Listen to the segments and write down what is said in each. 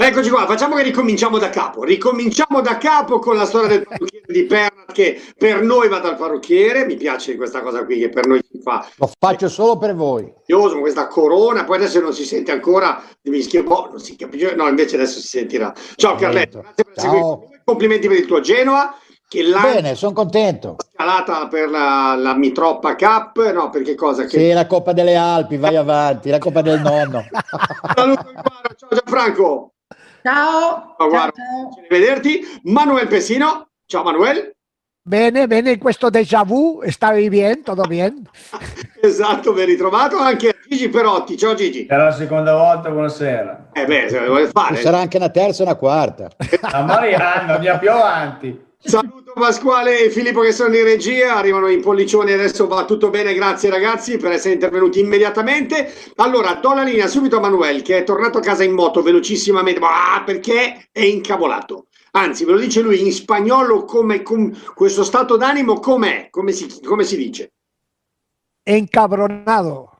Eccoci qua, facciamo che ricominciamo da capo. Ricominciamo da capo con la storia del parrucchiere di Pernat che per noi va dal parrucchiere. Mi piace questa cosa qui che per noi si fa. Lo faccio solo per voi. Con questa corona, poi adesso non si sente ancora, non si capisce, no, invece adesso si sentirà. Ciao Carletto, grazie per seguirmi. Complimenti per il tuo Genoa. Bene, sono contento. Scalata per la Mitroppa Cup, no, perché cosa? Sì, la Coppa delle Alpi, vai avanti, la Coppa del Nonno. Saluto, ciao Gianfranco. Ciao. Ciao. Vederti. Manuel Pessino. Ciao Manuel. Bene, in questo déjà vu, stavi bien, tutto bien? Esatto, ben ritrovato anche Gigi Perotti. Ciao Gigi. Era la seconda volta, buonasera. Se lo vuole fare. Sarà anche una terza e una quarta. A Marianna, andiamo più avanti. Saluto Pasquale e Filippo che sono in regia, arrivano in pollicioni, adesso va tutto bene, grazie ragazzi per essere intervenuti immediatamente. Allora, do la linea subito a Manuel che è tornato a casa in moto velocissimamente, perché è incavolato. Anzi, ve lo dice lui in spagnolo, questo stato d'animo com'è? Come si dice? Encabronato.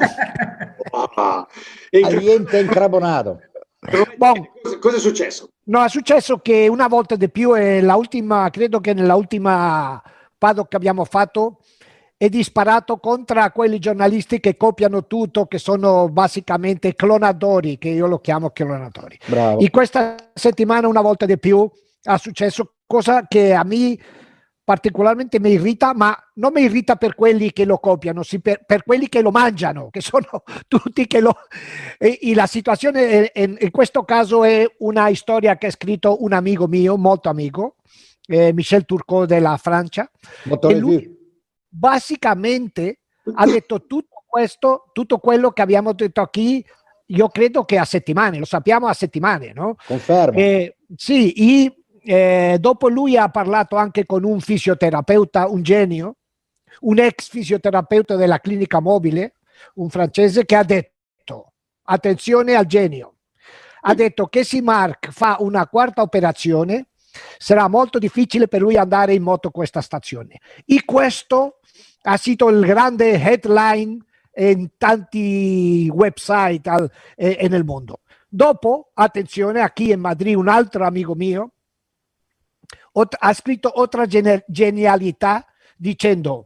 Aliente incarbonado. Cosa è successo? No, è successo che una volta di più, credo che nella ultima paddock che abbiamo fatto, è disparato contro quelli giornalisti che copiano tutto, che sono basicamente clonatori, che io lo chiamo clonatori. Bravo. In questa settimana una volta di più è successo cosa che a me particolarmente mi irrita, ma non mi irrita per quelli che lo copiano, sì per quelli che lo mangiano, che sono tutti che lo... E la situazione in questo caso è una storia che ha scritto un amico mio, molto amico, Michel Turcot della Francia, e lui basicamente ha detto tutto questo, tutto quello che abbiamo detto qui, io credo che a settimane, lo sappiamo a settimane, no? Confermo. Sì, dopo lui ha parlato anche con un fisioterapeuta, un genio, un ex fisioterapeuta della clinica mobile, un francese, che ha detto, attenzione al genio, ha detto che se Marc fa una quarta operazione sarà molto difficile per lui andare in moto questa stazione. E questo ha sido il grande headline in tanti website e nel mondo. Dopo, attenzione, a chi in Madrid, un altro amico mio, ha scritto otra genialità dicendo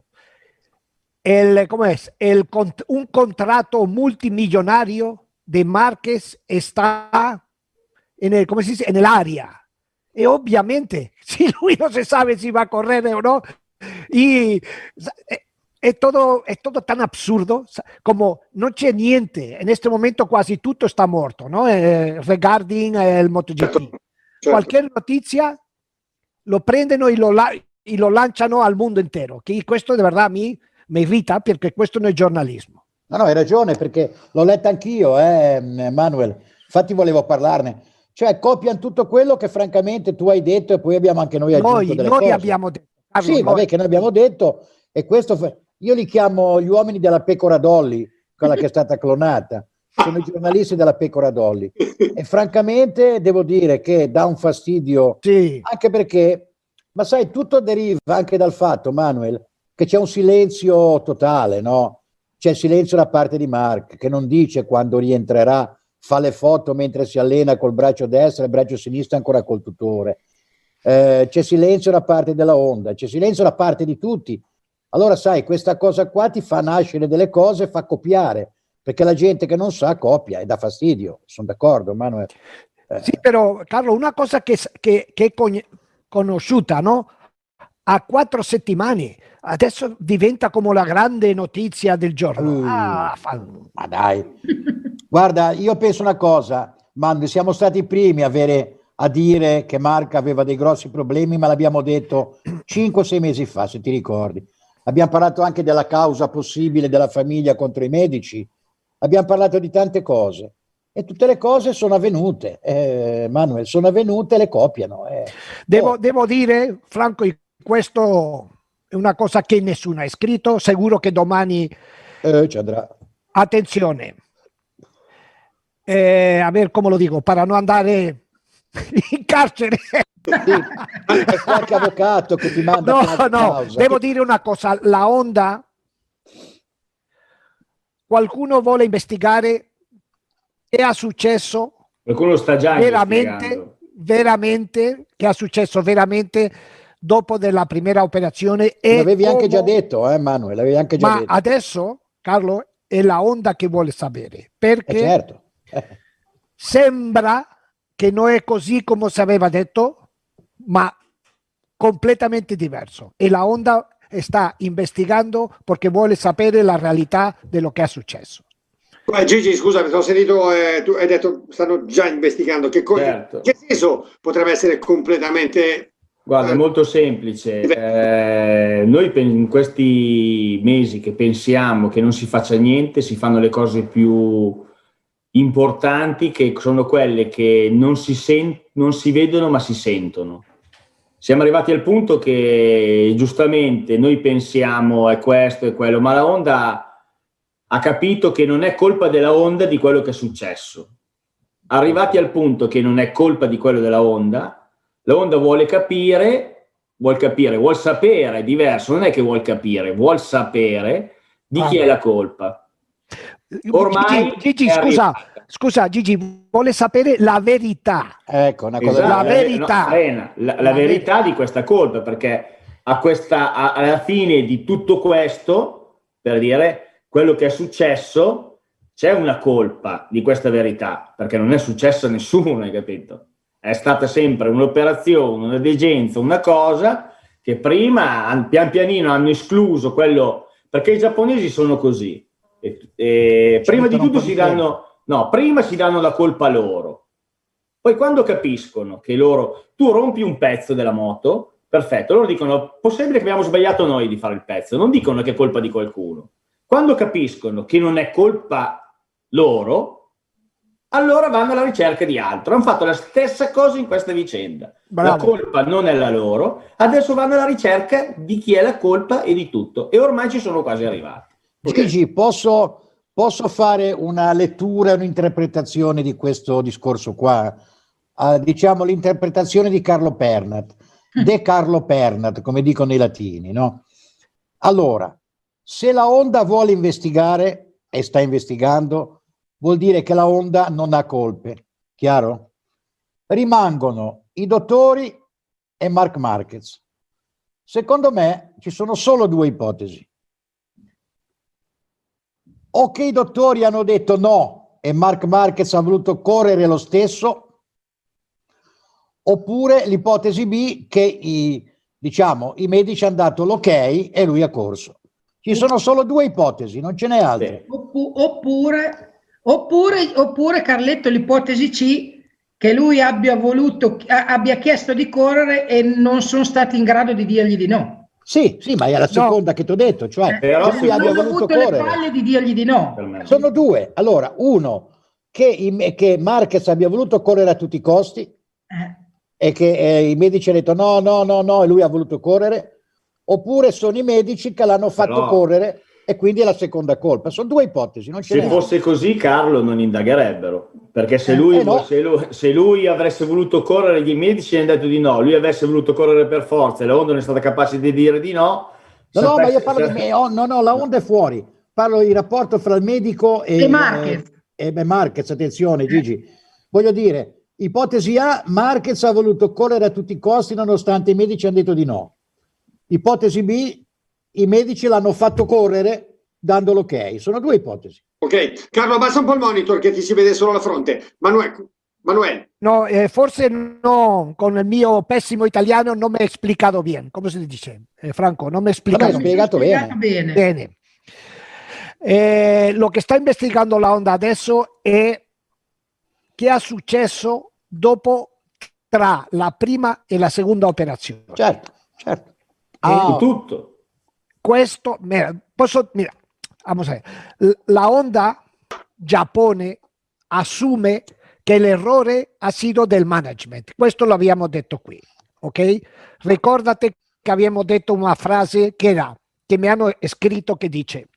un contrato multimillonario de Márquez está ¿cómo se dice? En el área. Y obviamente, si lui no se sabe si va a correr o no, y es todo tan absurdo como no c'è niente. En este momento quasi tutto está muerto, ¿no? Regarding el MotoGP. Certo. Cualquier notizia lo prendono e lo lanciano al mondo intero, che questo di verità mi irrita, perché questo non è giornalismo. No, hai ragione, perché l'ho letta anch'io, Manuel, infatti volevo parlarne. Cioè copiano tutto quello che francamente tu hai detto e poi abbiamo anche noi aggiunto delle cose. Noi abbiamo detto. Carlo, sì, vabbè, che noi abbiamo detto, e questo io li chiamo gli uomini della pecora Dolly, quella che è stata clonata. Sono i giornalisti della pecora Dolly e francamente devo dire che dà un fastidio, sì. Anche perché, ma sai, tutto deriva anche dal fatto, Manuel, che c'è un silenzio totale, no? C'è il silenzio da parte di Marc, che non dice quando rientrerà, fa le foto mentre si allena col braccio destro e il braccio sinistro ancora col tutore. C'è silenzio da parte della Honda, c'è silenzio da parte di tutti. Allora sai, questa cosa qua ti fa nascere delle cose, fa copiare. Perché la gente che non sa copia e dà fastidio, sono d'accordo, Manuel. Sì, però Carlo, una cosa che è conosciuta, no? A 4 settimane, adesso diventa come la grande notizia del giorno. Ma dai, guarda, io penso una cosa, Manu, siamo stati i primi a dire che Marc aveva dei grossi problemi, ma l'abbiamo detto 5-6 mesi fa, se ti ricordi. Abbiamo parlato anche della causa possibile della famiglia contro i medici. Abbiamo parlato di tante cose e tutte le cose sono avvenute, Manuel, sono avvenute e le copiano. Devo dire, Franco, questo è una cosa che nessuno ha scritto, sicuro che domani ci andrà. Attenzione, a ver come lo dico, per non andare in carcere. Sì, è qualche avvocato che ti manda causa. Devo dire una cosa, la Honda, qualcuno vuole investigare che è successo Qualcuno lo sta già veramente, investigando. veramente, che è successo veramente dopo della prima operazione. E L'avevi anche già detto, Manuel, l'avevi anche già ma detto. adesso, Carlo, è la onda che vuole sapere, perché Certo. sembra che non è così come si aveva detto, ma completamente diverso. E la onda sta investigando perché vuole sapere la realtà di quello che è successo. Gigi, scusa, mi sono sentito, tu hai detto stanno già investigando. Certo. Che senso potrebbe essere completamente... Guarda, è molto semplice. Noi in questi mesi che pensiamo che non si faccia niente, si fanno le cose più importanti, che sono quelle che non si vedono ma si sentono. Siamo arrivati al punto che giustamente noi pensiamo è questo e quello, ma la Honda ha capito che non è colpa della Honda di quello che è successo. Arrivati al punto che non è colpa di quello della Honda, la Honda vuol sapere, è diverso, non è che vuol capire, vuol sapere di chi è la colpa. Ormai Gigi, scusa, Gigi, vuole sapere la verità. Ecco, una cosa esatto, la verità. la verità di questa colpa, perché alla fine di tutto questo, per dire quello che è successo, c'è una colpa di questa verità, perché non è successo a nessuno, hai capito? È stata sempre un'operazione, una degenza, una cosa che prima pian pianino hanno escluso quello, perché i giapponesi sono così. Prima di tutto prima si danno la colpa loro. Poi quando capiscono che tu rompi un pezzo della moto, perfetto, loro dicono possibile che abbiamo sbagliato noi di fare il pezzo, non dicono che è colpa di qualcuno. Quando capiscono che non è colpa loro, allora vanno alla ricerca di altro. Hanno fatto la stessa cosa in questa vicenda. Bravo. La colpa non è la loro, adesso vanno alla ricerca di chi è la colpa e di tutto, e ormai ci sono quasi arrivati. Gigi, posso fare una lettura, un'interpretazione di questo discorso qua? Diciamo l'interpretazione di Carlo Pernat, De Carlo Pernat, come dicono i latini, no? Allora, se la Honda vuole investigare e sta investigando, vuol dire che la Honda non ha colpe, chiaro? Rimangono i dottori e Marc Marquez. Secondo me ci sono solo due ipotesi. O che i dottori hanno detto no e Marc Marquez ha voluto correre lo stesso, oppure l'ipotesi B che i medici hanno dato l'ok e lui ha corso. Ci sono solo due ipotesi, non ce n'è altre. Oppure Carletto, l'ipotesi C, che lui abbia chiesto di correre e non sono stati in grado di dirgli di no. Sì, ma è la seconda che ti ho detto, cioè però lui abbia non ho voluto avuto correre. le palle di dirgli di no. Sono due. Allora, uno, che Marquez abbia voluto correre a tutti i costi e che i medici hanno detto no, e lui ha voluto correre, oppure sono i medici che l'hanno fatto correre e quindi è la seconda colpa. Sono due ipotesi. Non ce Se fosse così, Carlo, non indagherebbero, perché se lui avesse voluto correre, gli medici hanno detto di no, lui avesse voluto correre per forza e la Honda non è stata capace di dire di no. Ma io parlo la Honda è fuori. Parlo di rapporto fra il medico e Marquez. Marquez, attenzione Gigi. Voglio dire, ipotesi A, Marquez ha voluto correre a tutti i costi nonostante i medici hanno detto di no. Ipotesi B, i medici l'hanno fatto correre dando l'ok. Sono due ipotesi. Ok, Carlo, abbassa un po' il monitor che ti si vede solo la fronte. Manuel. No, forse no, con il mio pessimo italiano non mi hai explicato bene. Come si dice, Franco? Non mi hai spiegato bene. Lo che sta investigando la Honda adesso è che è successo dopo, tra la prima e la seconda operazione. Certo. Tutto. Questo, vamos a ver. La Honda Giappone assume che l'errore ha sido del management. Questo l'abbiamo detto qui, ok? Ricordate che abbiamo detto una frase che mi hanno scritto che dice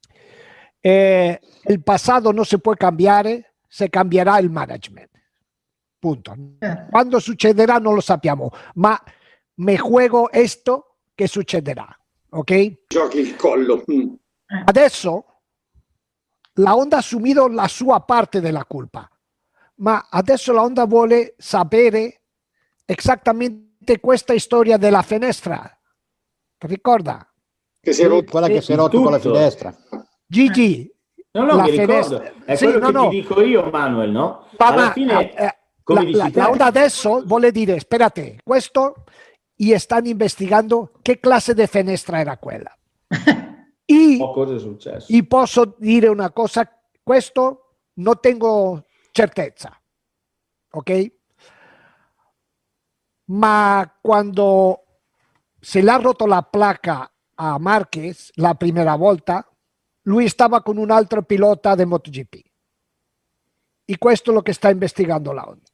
il passato non si può cambiare, se cambierà il management. Punto. Quando succederà non lo sappiamo, ma me juego esto che succederà, ok? Giochi il collo. Adesso la Honda ha assunto la sua parte della colpa, ma adesso la Honda vuole sapere esattamente questa storia della finestra. Ti ricorda? Che si è rotto. Quella che si è rotto con la finestra. Gigi, No, la mi ricordo. finestra. È Sì, quello no, che no. ti dico io, Manuel, no? Ma Alla fine, come dici te, la Honda adesso vuole dire, spérate, questo y stanno investigando che classe di finestra era quella. cosa è successo. Y posso dire una cosa, questo non tengo certezza, ok? Ma quando se l'ha rotto la placca a Marquez la prima volta, lui stava con un altro pilota di MotoGP. E questo è lo che sta investigando la Honda.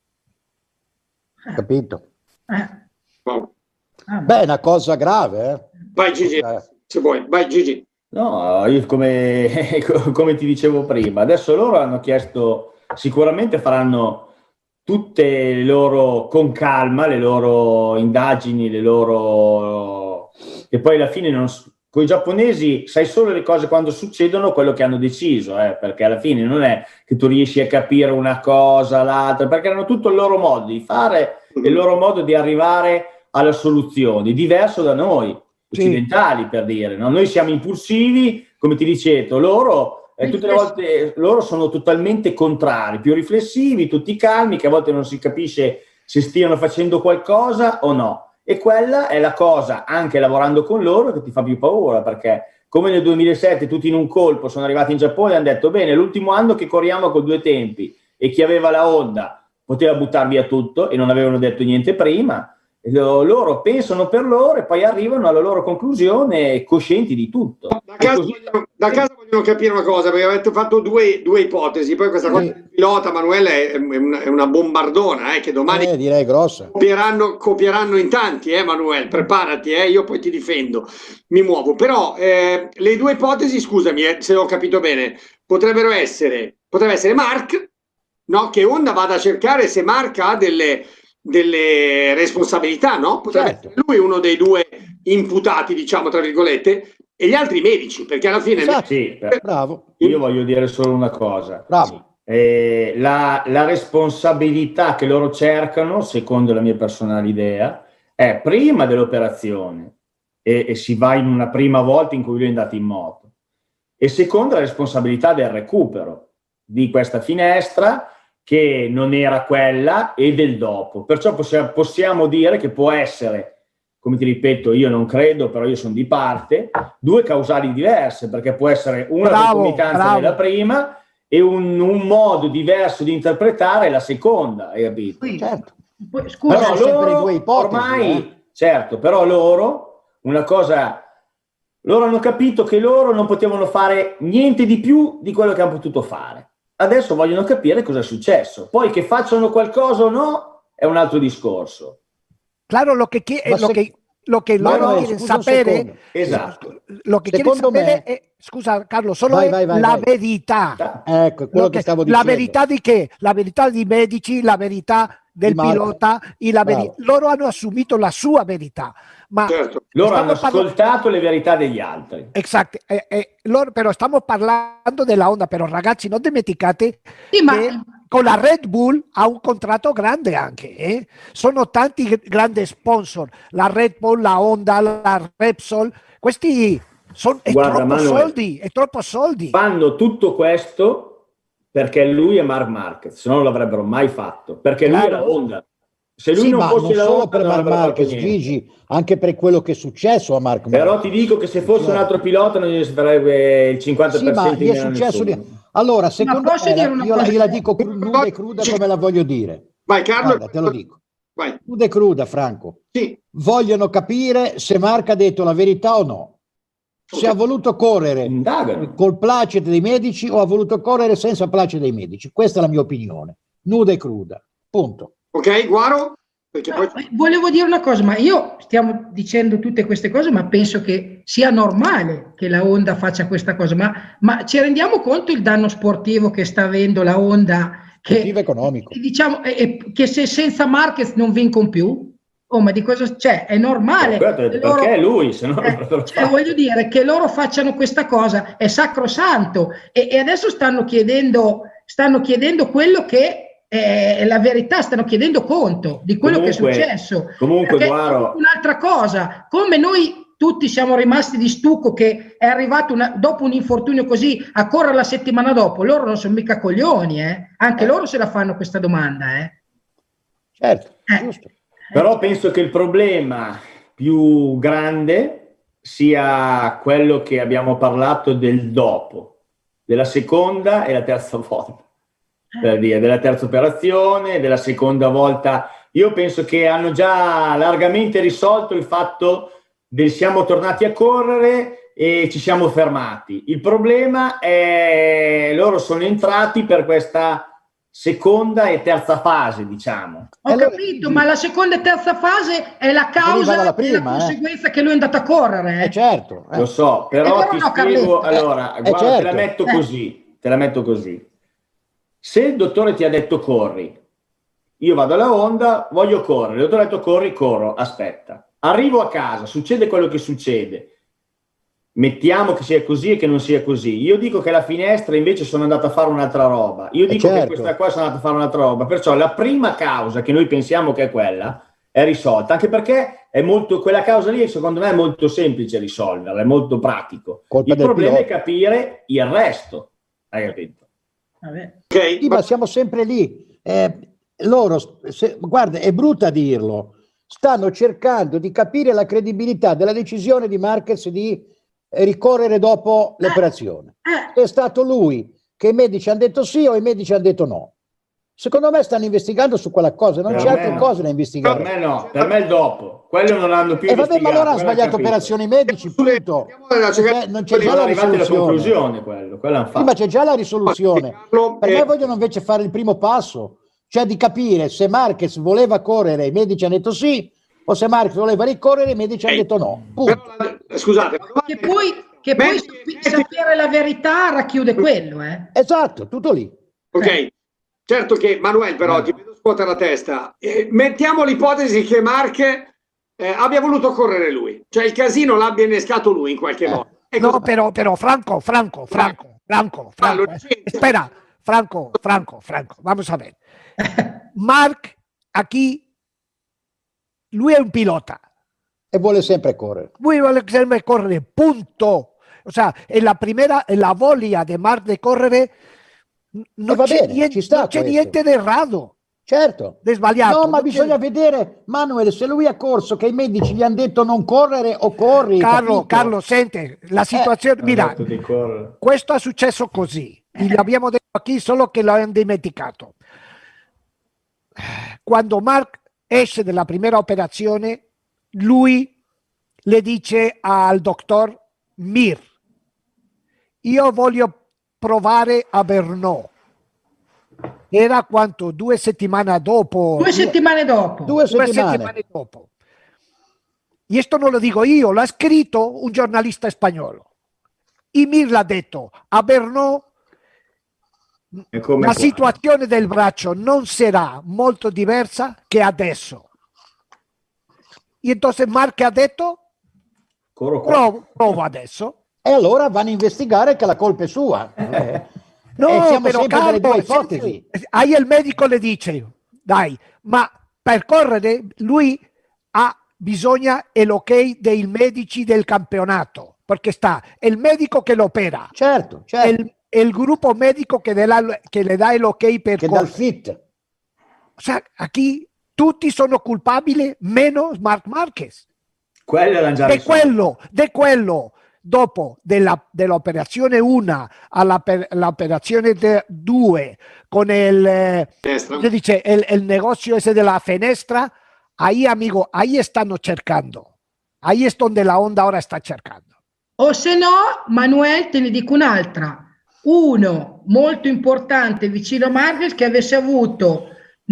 Capito? Wow. Beh, è una cosa grave, eh? Vai Gigi, se vuoi, vai Gigi. No, io come ti dicevo prima, adesso loro hanno chiesto, sicuramente faranno tutte le loro, con calma, le loro indagini, le loro, che poi alla fine con i giapponesi sai solo le cose quando succedono, quello che hanno deciso, perché alla fine non è che tu riesci a capire una cosa, l'altra, perché hanno tutto il loro modo di fare e il loro modo di arrivare alla soluzione, diverso da noi occidentali, per dire, no? Noi siamo impulsivi, come ti dicevo, loro tutte le volte loro sono totalmente contrari, più riflessivi, tutti calmi, che a volte non si capisce se stiano facendo qualcosa o no. E quella è la cosa, anche lavorando con loro, che ti fa più paura, perché come nel 2007 tutti in un colpo sono arrivati in Giappone e hanno detto bene, l'ultimo anno che corriamo con 2 tempi, e chi aveva la Honda poteva buttare via tutto e non avevano detto niente prima. Loro pensano per loro e poi arrivano alla loro conclusione coscienti di tutto. Da casa vogliono capire una cosa, perché avete fatto due ipotesi, poi questa cosa del pilota Manuele è una bombardona, che domani direi grossa. Copieranno in tanti, Manuel, preparati, io poi ti difendo, mi muovo. Però le 2 ipotesi, scusami se ho capito bene, potrebbe essere Mark, no? Che Honda vada a cercare se Mark ha delle responsabilità, no? Potrebbe essere lui uno dei 2 imputati, diciamo tra virgolette, e gli altri medici, perché alla fine bravo. Io voglio dire solo una cosa. Bravo. La responsabilità che loro cercano, secondo la mia personale idea, è prima dell'operazione e si va in una prima volta in cui lui è andato in moto, e seconda la responsabilità del recupero di questa finestra che non era quella e del dopo. Perciò possiamo dire che può essere, come ti ripeto, io non credo, però io sono di parte, 2 causali diverse, perché può essere una concomitanza nella prima e un modo diverso di interpretare la seconda, hai capito? Certo. Scusa, però sempre loro, 2 ipotesi, ormai, certo, però loro, una cosa, loro hanno capito che loro non potevano fare niente di più di quello che hanno potuto fare. Adesso vogliono capire cosa è successo. Poi che facciano qualcosa o no è un altro discorso. Claro, lo che loro quieren sapere, esatto. Lo che quieren sapere è, scusa Carlo, solo la verità. Ecco, quello che stavo dicendo. La verità di che? La verità dei medici, la verità del pilota, loro hanno assumito la sua verità. Ma loro hanno ascoltato le verità degli altri. Esatto, però stiamo parlando della Honda, però ragazzi non dimenticate che con la Red Bull ha un contratto grande anche, sono tanti grandi sponsor, la Red Bull, la Honda, la Repsol, questi sono troppo soldi. Fanno tutto questo perché lui è Marc Marquez, se no non l'avrebbero mai fatto, perché lui è la Honda. Se lui non fosse la solo Honda, per Marc Marquez, Gigi, anche per quello che è successo a Marc Marquez. Però ti dico che se fosse un altro pilota non gli farebbe il 50%. Sì, ma gli è successo allora, secondo me, io la dico nuda e cruda come la voglio dire. Vai Carlo, guarda, te lo dico. Vai. Nuda e cruda, Franco. Sì. Vogliono capire se Marc ha detto la verità o no. Se ha voluto correre col placet dei medici o ha voluto correre senza placet dei medici. Questa è la mia opinione. Nuda e cruda. Punto. Ok, Guaro? Volevo dire una cosa, ma stiamo dicendo tutte queste cose, ma penso che sia normale che la Honda faccia questa cosa, ma ci rendiamo conto il danno sportivo che sta avendo la Honda, sportivo economico, diciamo che se senza Marquez non vincono più? Oh, ma di cosa c'è? È normale. Perché è lui, se no voglio dire che loro facciano questa cosa è sacrosanto, e adesso stanno chiedendo quello che la verità, stanno chiedendo conto di quello che è successo. Comunque, guarda, un'altra cosa, come noi tutti siamo rimasti di stucco che è arrivato dopo un infortunio così a correre la settimana dopo, loro non sono mica coglioni, anche loro se la fanno questa domanda. Certo, giusto. Però penso che il problema più grande sia quello che abbiamo parlato del dopo, della seconda e la terza volta, per dire, della terza operazione, della seconda volta. Io penso che hanno già largamente risolto il fatto del siamo tornati a correre e ci siamo fermati. Il problema è loro sono entrati per questa seconda e terza fase, diciamo. Ho capito, ma la seconda e terza fase è la causa e la conseguenza che lui è andato a correre. Certo. Lo so, però ti spiego, allora, guarda, certo. te la metto così. Se il dottore ti ha detto corri, io vado alla Honda, voglio correre, il dottore ha detto corri, corro, aspetta. Arrivo a casa, succede quello che succede. Mettiamo che sia così e che non sia così. Io dico che la finestra invece sono andato a fare un'altra roba. Io dico che questa qua sono andato a fare un'altra roba. Perciò la prima causa, che noi pensiamo che è quella, è risolta. Anche perché quella causa lì, secondo me, è molto semplice risolverla, è molto pratico. Il problema è capire il resto. Hai capito? Okay. Sì, ma siamo sempre lì. Loro, guarda, è brutto a dirlo, stanno cercando di capire la credibilità della decisione di Marquez di ricorrere dopo l'operazione. È stato lui che i medici hanno detto sì o i medici hanno detto no. Secondo me stanno investigando su quella cosa, non c'è altre cose da investigare. Per me no, per me il dopo. Quello non hanno più investigato. Vabbè, ma allora hanno sbagliato operazioni medici, punto. Non c'è già la risoluzione. Sì, ma c'è già la risoluzione. Per me vogliono invece fare il primo passo, cioè di capire se Marquez voleva correre, i medici hanno detto sì, o se Marquez voleva ricorrere, i medici hanno detto no. Punto. Scusate, che poi sapere la verità racchiude quello. Esatto, tutto lì. Ok. Certo che Manuel, però ti vedo scuotere la testa. Mettiamo l'ipotesi che Marche abbia voluto correre lui, cioè il casino l'abbia innescato lui in qualche modo. No, però Franco. Espera, Franco, vamos a ver. Marc, aquí, lui è un pilota. E vuole sempre correre. Lui vuole sempre correre, punto. O sea, la voglia di Marc di correre non c'è niente di errato. Certo. Di sbagliato. No, ma bisogna vedere, Manuel, se lui ha corso che i medici gli hanno detto non correre o corri. Carlo, senti, la situazione, mira, questo è successo così. L'abbiamo detto qui, solo che lo hanno dimenticato. Quando Marc esce dalla prima operazione, lui le dice al dottor Mir, io voglio provare a Brno. Era quanto? 2 settimane dopo. 2 settimane dopo. 2 settimane dopo. E questo non lo dico io, l'ha scritto un giornalista spagnolo. E Mir l'ha detto, a Brno la situazione del braccio non sarà molto diversa che adesso. E entonces Marc ha detto, provo adesso. E allora vanno a investigare che la colpa è sua. No, siamo però sempre delle due ipotesi. Ahí il medico le dice, dai, ma per correre lui ha bisogno dell'ok dei medici del campionato, perché sta il medico che lo opera. Certo. Il gruppo medico che le dà l'ok per che dal fit. O sea, qui tutti sono colpabili meno Marc Marquez. Di quello dopo dell'operazione 1 all'operazione 2 con il negozio ese della finestra, ahí amigo, ahí stanno cercando, ahí es donde la Honda ora sta cercando. O se no, Manuel, te ne dico un'altra, uno molto importante vicino a Marquez che avesse avuto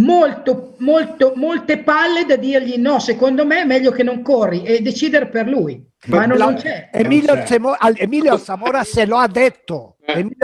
molte palle da dirgli no, secondo me è meglio che non corri e decidere per lui. Ma non c'è. Emilio Zamora se lo ha detto. Emilio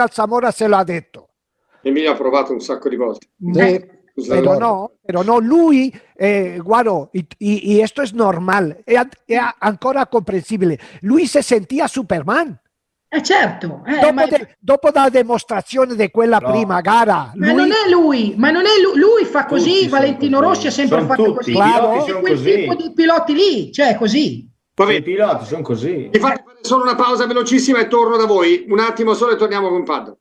ha provato un sacco di volte. Pero no, lui, guarda, y esto es normal, es ancora comprensibile. Lui se sentía Superman. Certo, dopo la dimostrazione di quella prima gara, ma non è lui, lui fa così, Tutti Valentino sono Rossi ha sempre Sono fatto tutti, così, i piloti è sono quel così. tipo di piloti lì, cioè così. I piloti sono così. Vi faccio fare solo una pausa velocissima e torno da voi. Un attimo solo e torniamo con Paddock.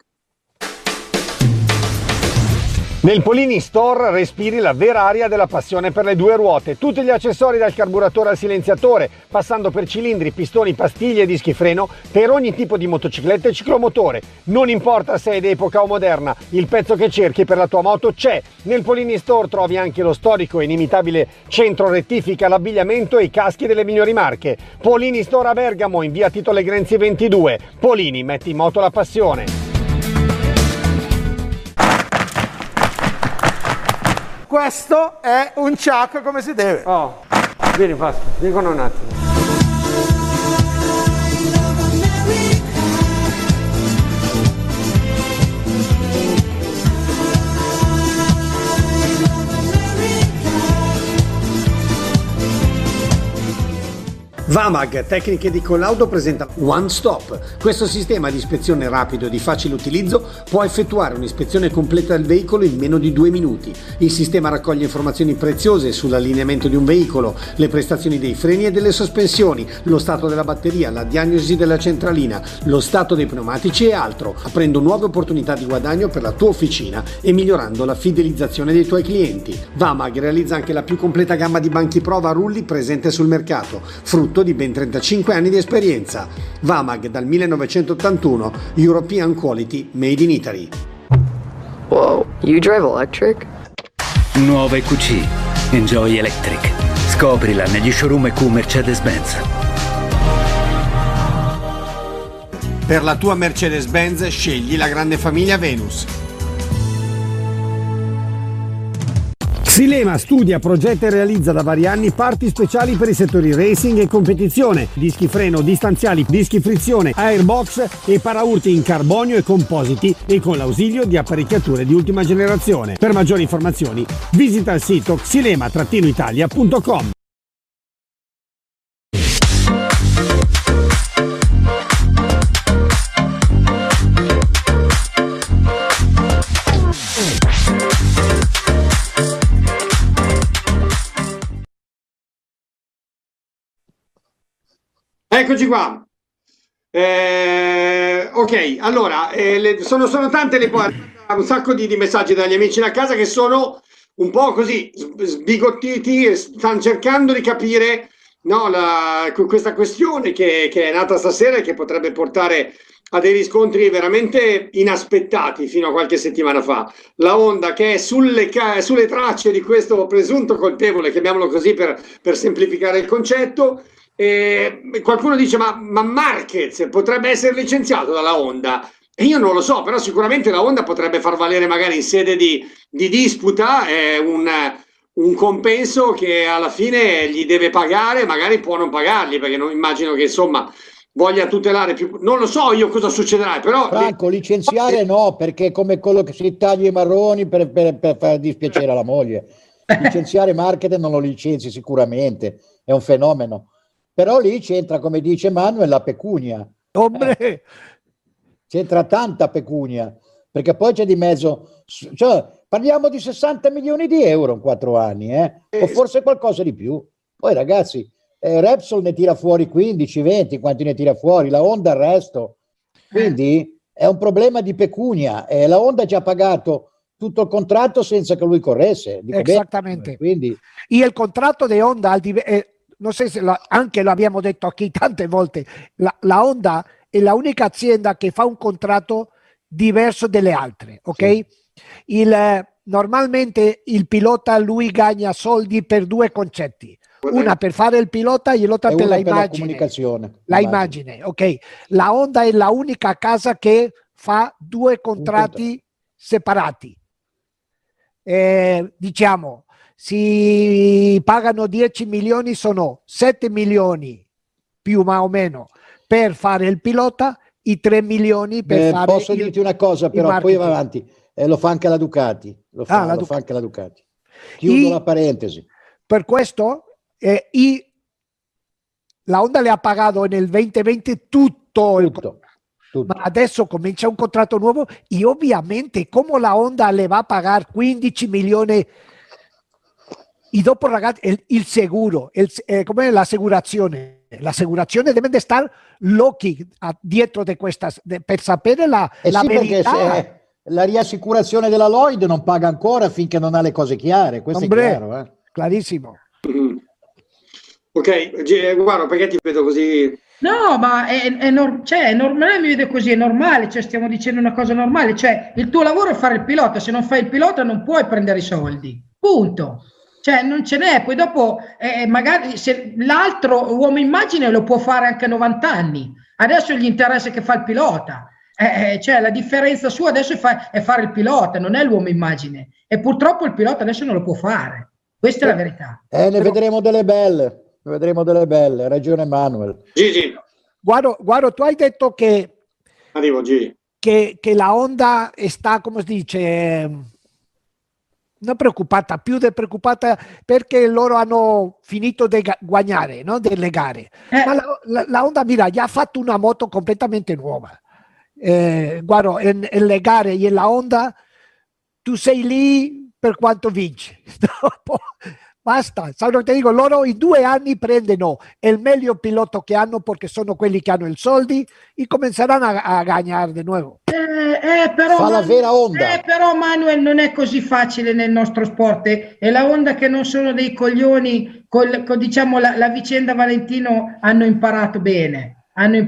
Nel Polini Store respiri la vera aria della passione per le due ruote. Tutti gli accessori dal carburatore al silenziatore, passando per cilindri, pistoni, pastiglie e dischi freno per ogni tipo di motocicletta e ciclomotore. Non importa se è d'epoca o moderna, il pezzo che cerchi per la tua moto c'è. Nel Polini Store trovi anche lo storico e inimitabile centro rettifica, l'abbigliamento e i caschi delle migliori marche. Polini Store a Bergamo, in via Tito Legrenzi 22. Polini, metti in moto la passione. Questo è un Chuck come si deve. Oh, vieni Pasqua, dicono un attimo. Vamag Tecniche di Collaudo presenta One Stop. Questo sistema di ispezione rapido e di facile utilizzo può effettuare un'ispezione completa del veicolo in meno di 2 minuti. Il sistema raccoglie informazioni preziose sull'allineamento di un veicolo, le prestazioni dei freni e delle sospensioni, lo stato della batteria, la diagnosi della centralina, lo stato dei pneumatici e altro, aprendo nuove opportunità di guadagno per la tua officina e migliorando la fidelizzazione dei tuoi clienti. Vamag realizza anche la più completa gamma di banchi prova a rulli presente sul mercato, frutto di ben 35 anni di esperienza. Vamag dal 1981, European Quality Made in Italy. Whoa, you drive electric? Nuova EQC. Enjoy Electric. Scoprila negli showroom EQ Mercedes-Benz. Per la tua Mercedes-Benz scegli la grande famiglia Venus. Xilema studia, progetta e realizza da vari anni parti speciali per i settori racing e competizione, dischi freno, distanziali, dischi frizione, airbox e paraurti in carbonio e compositi e con l'ausilio di apparecchiature di ultima generazione. Per maggiori informazioni visita il sito xilema-italia.com. Eccoci qua. Ok, allora, sono tante le un sacco di messaggi dagli amici da casa che sono un po' così sbigottiti e stanno cercando di capire, no, questa questione che è nata stasera e che potrebbe portare a dei riscontri veramente inaspettati fino a qualche settimana fa. La Honda che è sulle tracce di questo presunto colpevole, chiamiamolo così per semplificare il concetto. Qualcuno dice ma Marquez potrebbe essere licenziato dalla Honda, e io non lo so, però sicuramente la Honda potrebbe far valere magari in sede di disputa un compenso che alla fine gli deve pagare, magari può non pagargli, perché non immagino che insomma voglia tutelare più, non lo so io cosa succederà, però Franco, licenziare no, perché è come quello che si taglia i marroni per far dispiacere alla moglie. Licenziare Marquez non lo licenzi sicuramente, è un fenomeno. Però lì c'entra, come dice Manuel, la pecunia. C'entra tanta pecunia, perché poi c'è di mezzo, cioè, parliamo di 60 milioni di euro in 4 anni, o forse qualcosa di più. Poi ragazzi, Repsol ne tira fuori 15, 20, quanti ne tira fuori, la Honda il resto. Quindi è un problema di pecunia. La Honda ci ha pagato tutto il contratto senza che lui corresse. Dico Esattamente. Bene, quindi... Il contratto di Honda non so se anche lo abbiamo detto qui tante volte, la Honda è l'unica azienda che fa un contratto diverso dalle altre, ok? Sì. Normalmente il pilota lui guadagna soldi per 2 concetti. Una per fare il pilota e l'altra per la immagine. La comunicazione. La immagine, ok. La Honda è l'unica casa che fa 2 contratti separati. Diciamo, si pagano 10 milioni, sono 7 milioni più o meno per fare il pilota, i 3 milioni per fare posso dirti una cosa, però poi va avanti, lo fa anche la Ducati, lo fa anche la Ducati. Chiudo la parentesi. Per questo la Honda le ha pagato nel 2020 tutto. Tutto. ma adesso comincia un contratto nuovo e ovviamente come la Honda le va a pagare 15 milioni e dopo ragazzi il seguro, come l'assicurazione deve stare l'occhi dietro di questa per sapere la sì, verità. Perché la riassicurazione della Lloyd non paga ancora finché non ha le cose chiare, questo è chiaro. Clarissimo. Ok, guarda, perché ti vedo così? No, ma è normale, mi vede così, è normale, cioè stiamo dicendo una cosa normale, cioè il tuo lavoro è fare il pilota, se non fai il pilota non puoi prendere i soldi, punto. Cioè non ce n'è, poi dopo magari se l'altro uomo immagine lo può fare anche a 90 anni, adesso gli interessa che fa il pilota, cioè la differenza sua adesso è fare il pilota, non è l'uomo immagine, e purtroppo il pilota adesso non lo può fare, questa è la verità. Ne vedremo delle belle. Vedremo delle belle, ha ragione Manuel. Gigi. Guarda, tu hai detto che Arrivo, Gigi. Che la Honda sta, come si dice, non preoccupata, più di preoccupata perché loro hanno finito di guadagnare, no? Delle gare. Ma la Honda, mira, già ha fatto una moto completamente nuova. Guarda, nelle gare e la Honda, tu sei lì per quanto vinci. Basta, ti dico, loro in 2 anni prendono il meglio pilota che hanno perché sono quelli che hanno i soldi e cominceranno a guadagnare di nuovo. Però, fa la vera Honda. Però Manuel non è così facile nel nostro sport, e la Honda che non sono dei coglioni, con diciamo la vicenda Valentino hanno imparato bene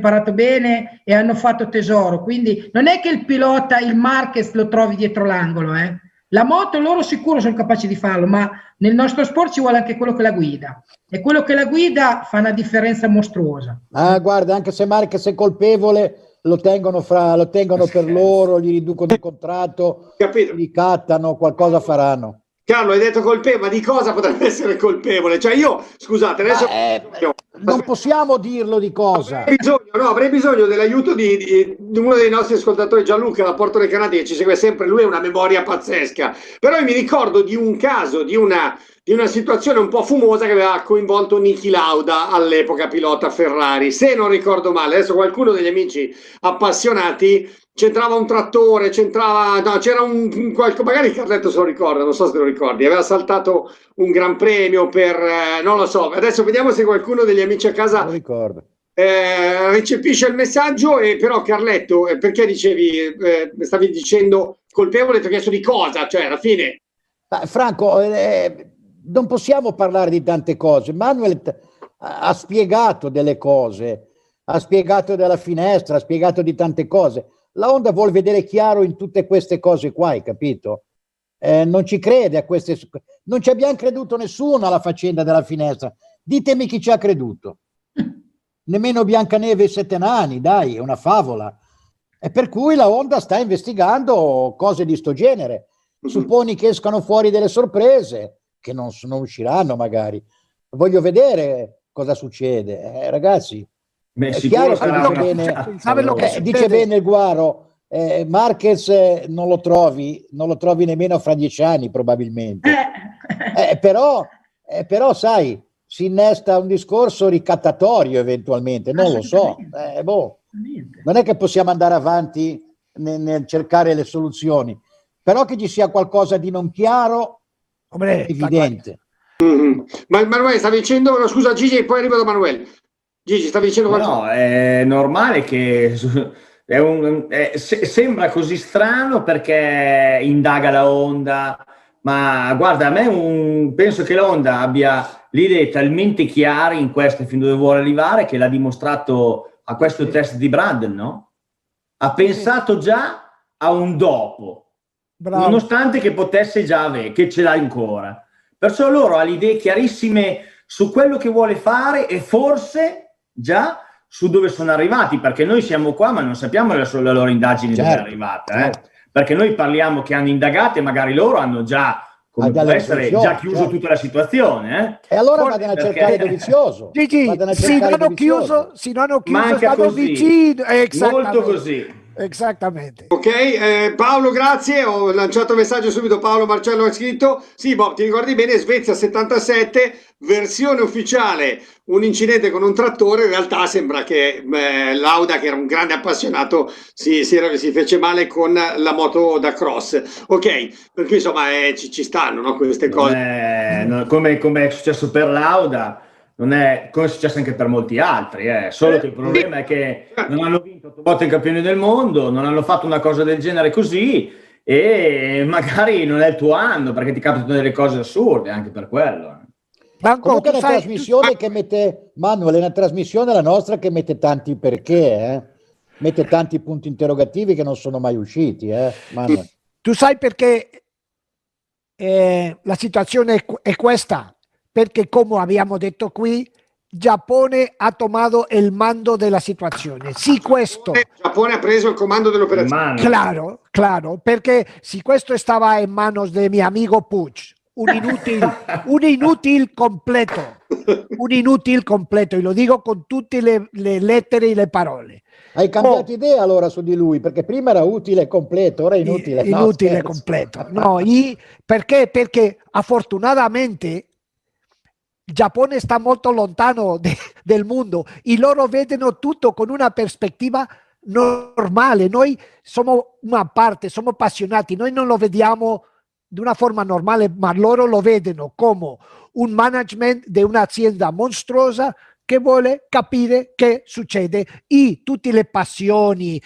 e hanno fatto tesoro, quindi non è che il pilota, il Marquez lo trovi dietro l'angolo, La moto loro sicuro sono capaci di farlo, ma nel nostro sport ci vuole anche quello che la guida, e quello che la guida fa una differenza mostruosa. Guarda, anche se Marquez è colpevole, lo tengono per loro, gli riducono il contratto, Capito. li cattano, qualcosa faranno. Carlo, hai detto colpevole, ma di cosa potrebbe essere colpevole? Cioè io, scusate, adesso... non possiamo dirlo di cosa. Avrei bisogno dell'aiuto di uno dei nostri ascoltatori, Gianluca da Porto Recanati, che ci segue sempre, lui ha una memoria pazzesca, però io mi ricordo di un caso, di una situazione un po' fumosa che aveva coinvolto Niki Lauda, all'epoca pilota Ferrari, se non ricordo male. Adesso qualcuno degli amici appassionati c'entrava un trattore, c'era un qualcosa, magari Carletto se lo ricorda, non so se te lo ricordi, aveva saltato un gran premio per, non lo so, adesso vediamo se qualcuno degli amici a casa lo ricordo. Recepisce il messaggio. E però Carletto, perché dicevi, stavi dicendo colpevole, ti ho chiesto di cosa, cioè alla fine... Franco, non possiamo parlare di tante cose. Manuel ha spiegato delle cose, ha spiegato della finestra, ha spiegato di tante cose. La Honda vuol vedere chiaro in tutte queste cose qua, hai capito? Non ci crede a queste... Non ci abbiamo creduto nessuno alla faccenda della finestra. Ditemi chi ci ha creduto. Nemmeno Biancaneve e 7 nani, dai, è una favola. E per cui la Honda sta investigando cose di sto genere. Supponi che escano fuori delle sorprese, che non usciranno magari. Voglio vedere cosa succede. Ragazzi, è chiaro che dice bene il Guaro, Marquez non lo trovi nemmeno fra 10 anni probabilmente. Però sai, si innesta un discorso ricattatorio eventualmente, non lo so. Non è che possiamo andare avanti nel cercare le soluzioni, però che ci sia qualcosa di non chiaro è evidente. Ma Manuele stavi dicendo, scusa Gigi, e poi arrivo da Manuele. Gigi, stavi dicendo qualcosa? No, è normale che sembra così strano perché indaga la Honda, ma guarda, a me penso che la Honda abbia le idee talmente chiare in questo fin dove vuole arrivare, che l'ha dimostrato a questo test di Brandon, no? Ha pensato già a un dopo, nonostante che potesse già avere, che ce l'ha ancora. Perciò loro ha le idee chiarissime su quello che vuole fare e forse già su dove sono arrivati, perché noi siamo qua ma non sappiamo le loro indagini dove è arrivata, perché noi parliamo che hanno indagato e magari loro hanno già, come può essere, già chiuso tutta la situazione. E allora vadano a cercare Dovizioso. Gigi, se non hanno chiuso, manca stanno così, vicino. molto così. Esattamente. Ok, Paolo, grazie. Ho lanciato il messaggio subito. Paolo Marcello ha scritto: sì, Bob, ti ricordi bene? Svezia 77, versione ufficiale, un incidente con un trattore. In realtà sembra che Lauda, che era un grande appassionato, si fece male con la moto da cross. Ok, per cui insomma ci stanno, no, queste cose. Come è successo per Lauda, non è come è successo anche per molti altri, solo che il problema è che non hanno vinto 8 volte il campione del mondo, non hanno fatto una cosa del genere così, e magari non è il tuo anno, perché ti capitano delle cose assurde anche per quello. Comunque è una trasmissione che mette, Manuel, è una trasmissione la nostra che mette tanti perché, mette tanti punti interrogativi che non sono mai usciti, Manuel. Tu sai perché la situazione è questa? Perché, come abbiamo detto qui, Giappone ha tomato il mando della situazione. Sì, questo. Giappone ha preso il comando dell'operazione. Claro, perché se questo stava in mano del mio amico Puig, un inutile completo, e lo dico con tutte le lettere e le parole. Hai cambiato idea allora su di lui, perché prima era utile e completo, ora è inutile. Inutile e completo. No, perché afortunatamente il Giappone sta molto lontano del mondo e loro vedono tutto con una prospettiva normale. Noi siamo una parte, siamo appassionati, noi non lo vediamo di una forma normale, ma loro lo vedono come un management di un'azienda mostruosa che vuole capire che succede e tutte le passioni,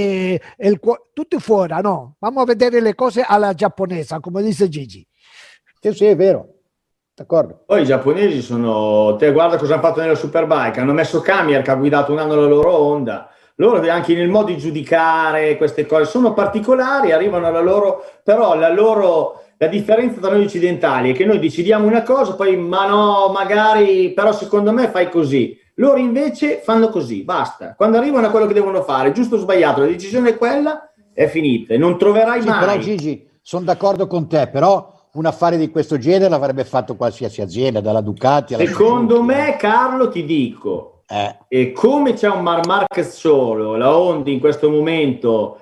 tutto fuori, no? Vamo a vedere le cose alla giapponese, come dice Gigi. Sì, è vero. D'accordo. Poi i giapponesi guarda cosa hanno fatto nella Superbike, hanno messo Kamier che ha guidato un anno la loro Honda. Loro anche nel modo di giudicare queste cose sono particolari, arrivano alla loro, però la differenza tra noi occidentali è che noi decidiamo una cosa, poi ma no, magari, però secondo me fai così. Loro invece fanno così, basta. Quando arrivano a quello che devono fare, giusto o sbagliato, la decisione è quella, è finita. Non troverai mai. Però Gigi, sono d'accordo con te, però un affare di questo genere l'avrebbe fatto qualsiasi azienda, dalla Ducati alla Secondo me, Carlo, ti dico, e come c'è un Marquez solo, la Honda in questo momento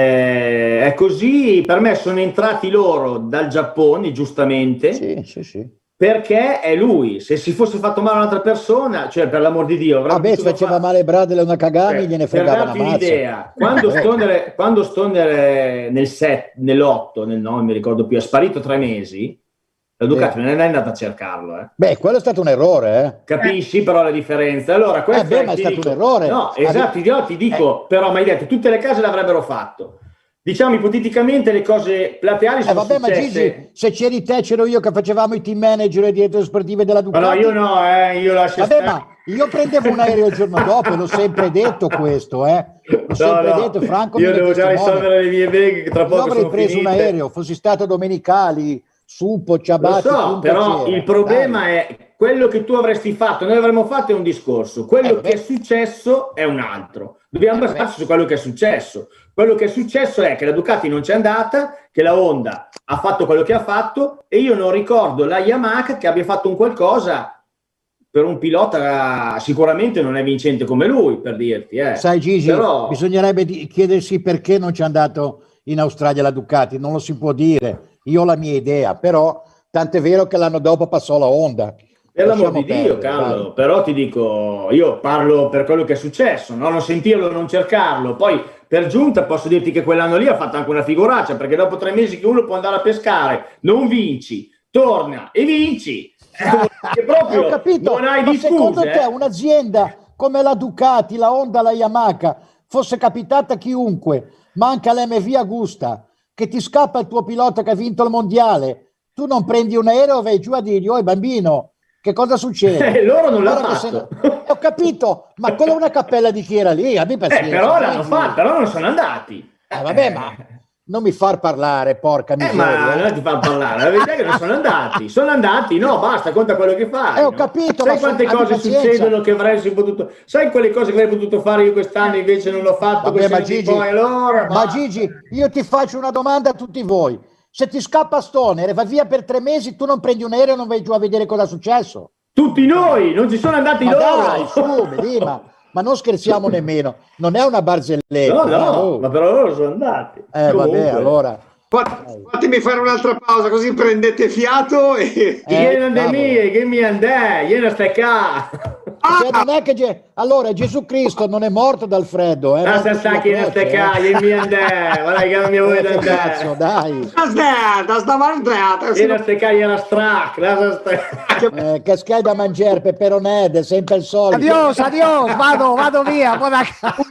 è così, per me sono entrati loro dal Giappone, giustamente, sì. Perché è lui. Se si fosse fatto male a un'altra persona, cioè per l'amor di Dio, se faceva male Bradley una Kagami, gliene fregava una mazza. Un'idea, quando Stoner nell'8, non mi ricordo più, è sparito 3 mesi, la Ducati non è andata a cercarlo. Beh, quello è stato un errore. Capisci però la differenza? Allora, questo ma è stato un errore. No, esatto, io ti dico, però mi hai detto, tutte le case l'avrebbero fatto. Diciamo ipoteticamente le cose plateali sono successe. Ma Gigi, se c'eri te, c'ero io che facevamo i team manager e direttori sportivi della Ducati. Ma no, io no, io lascio stare. Ma io prendevo un aereo il giorno dopo, l'ho sempre detto questo, L'ho sempre detto, Franco. Io devo già risolvere le mie beghe che tra poco io avrei preso un aereo, fossi stato Domenicali, Suppo, Ciabatti. Lo so, però il problema è quello che tu avresti fatto, noi avremmo fatto è un discorso, quello che è successo è un altro. Dobbiamo basarci su quello che è successo. Quello che è successo è che la Ducati non c'è andata, che la Honda ha fatto quello che ha fatto e io non ricordo la Yamaha che abbia fatto un qualcosa per un pilota sicuramente non è vincente come lui, per dirti. Sai Gigi, bisognerebbe chiedersi perché non c'è andato in Australia la Ducati, non lo si può dire, io ho la mia idea, però tant'è vero che l'anno dopo passò la Honda. Per l'amor di Dio, Carlo, però ti dico, io parlo per quello che è successo, no? Non sentirlo, non cercarlo, poi per giunta posso dirti che quell'anno lì ha fatto anche una figuraccia, perché dopo 3 mesi che uno può andare a pescare, non vinci, torna e vinci, che proprio non hai di scuse. Secondo te un'azienda come la Ducati, la Honda, la Yamaha, fosse capitata a chiunque, manca l'MV Agusta, che ti scappa il tuo pilota che ha vinto il mondiale, tu non prendi un aereo e vai giù a dirgli, oh bambino, che cosa succede? Loro non l'hanno fatto. Ho capito, ma quella è una cappella di chi era lì, abbi pazienza. Però l'hanno fatto, però non sono andati. Vabbè, ma non mi far parlare, porca miseria. Ma non ti far parlare, la verità è che non sono andati, no, basta, conta quello che fai. Ho capito, sai quante cose succedono che avresti potuto, sai quelle cose che avrei potuto fare io quest'anno invece non l'ho fatto. Vabbè, ma Gigi, io ti faccio una domanda a tutti voi. Se ti scappa Stoner e va via per 3 mesi, tu non prendi un aereo e non vai giù a vedere cosa è successo? Tutti noi, non ci sono andati loro. Dai, su, Ma non scherziamo nemmeno, non è una barzelletta. No, ma però loro sono andati. Vabbè, allora. Fatemi fare un'altra pausa così prendete fiato e... Che mi andè, io stai qua. Cioè, non è che allora Gesù Cristo non è morto dal freddo, Basta sta che non stai qua, io mi andè, guarda che non mi vuoi andare. Cazzo, dai. Aspetta, stava andata. Io non stai qua, io la strac, Che scheda da mangiare, peperonede, sempre il solito. Adios, vado via. Buona...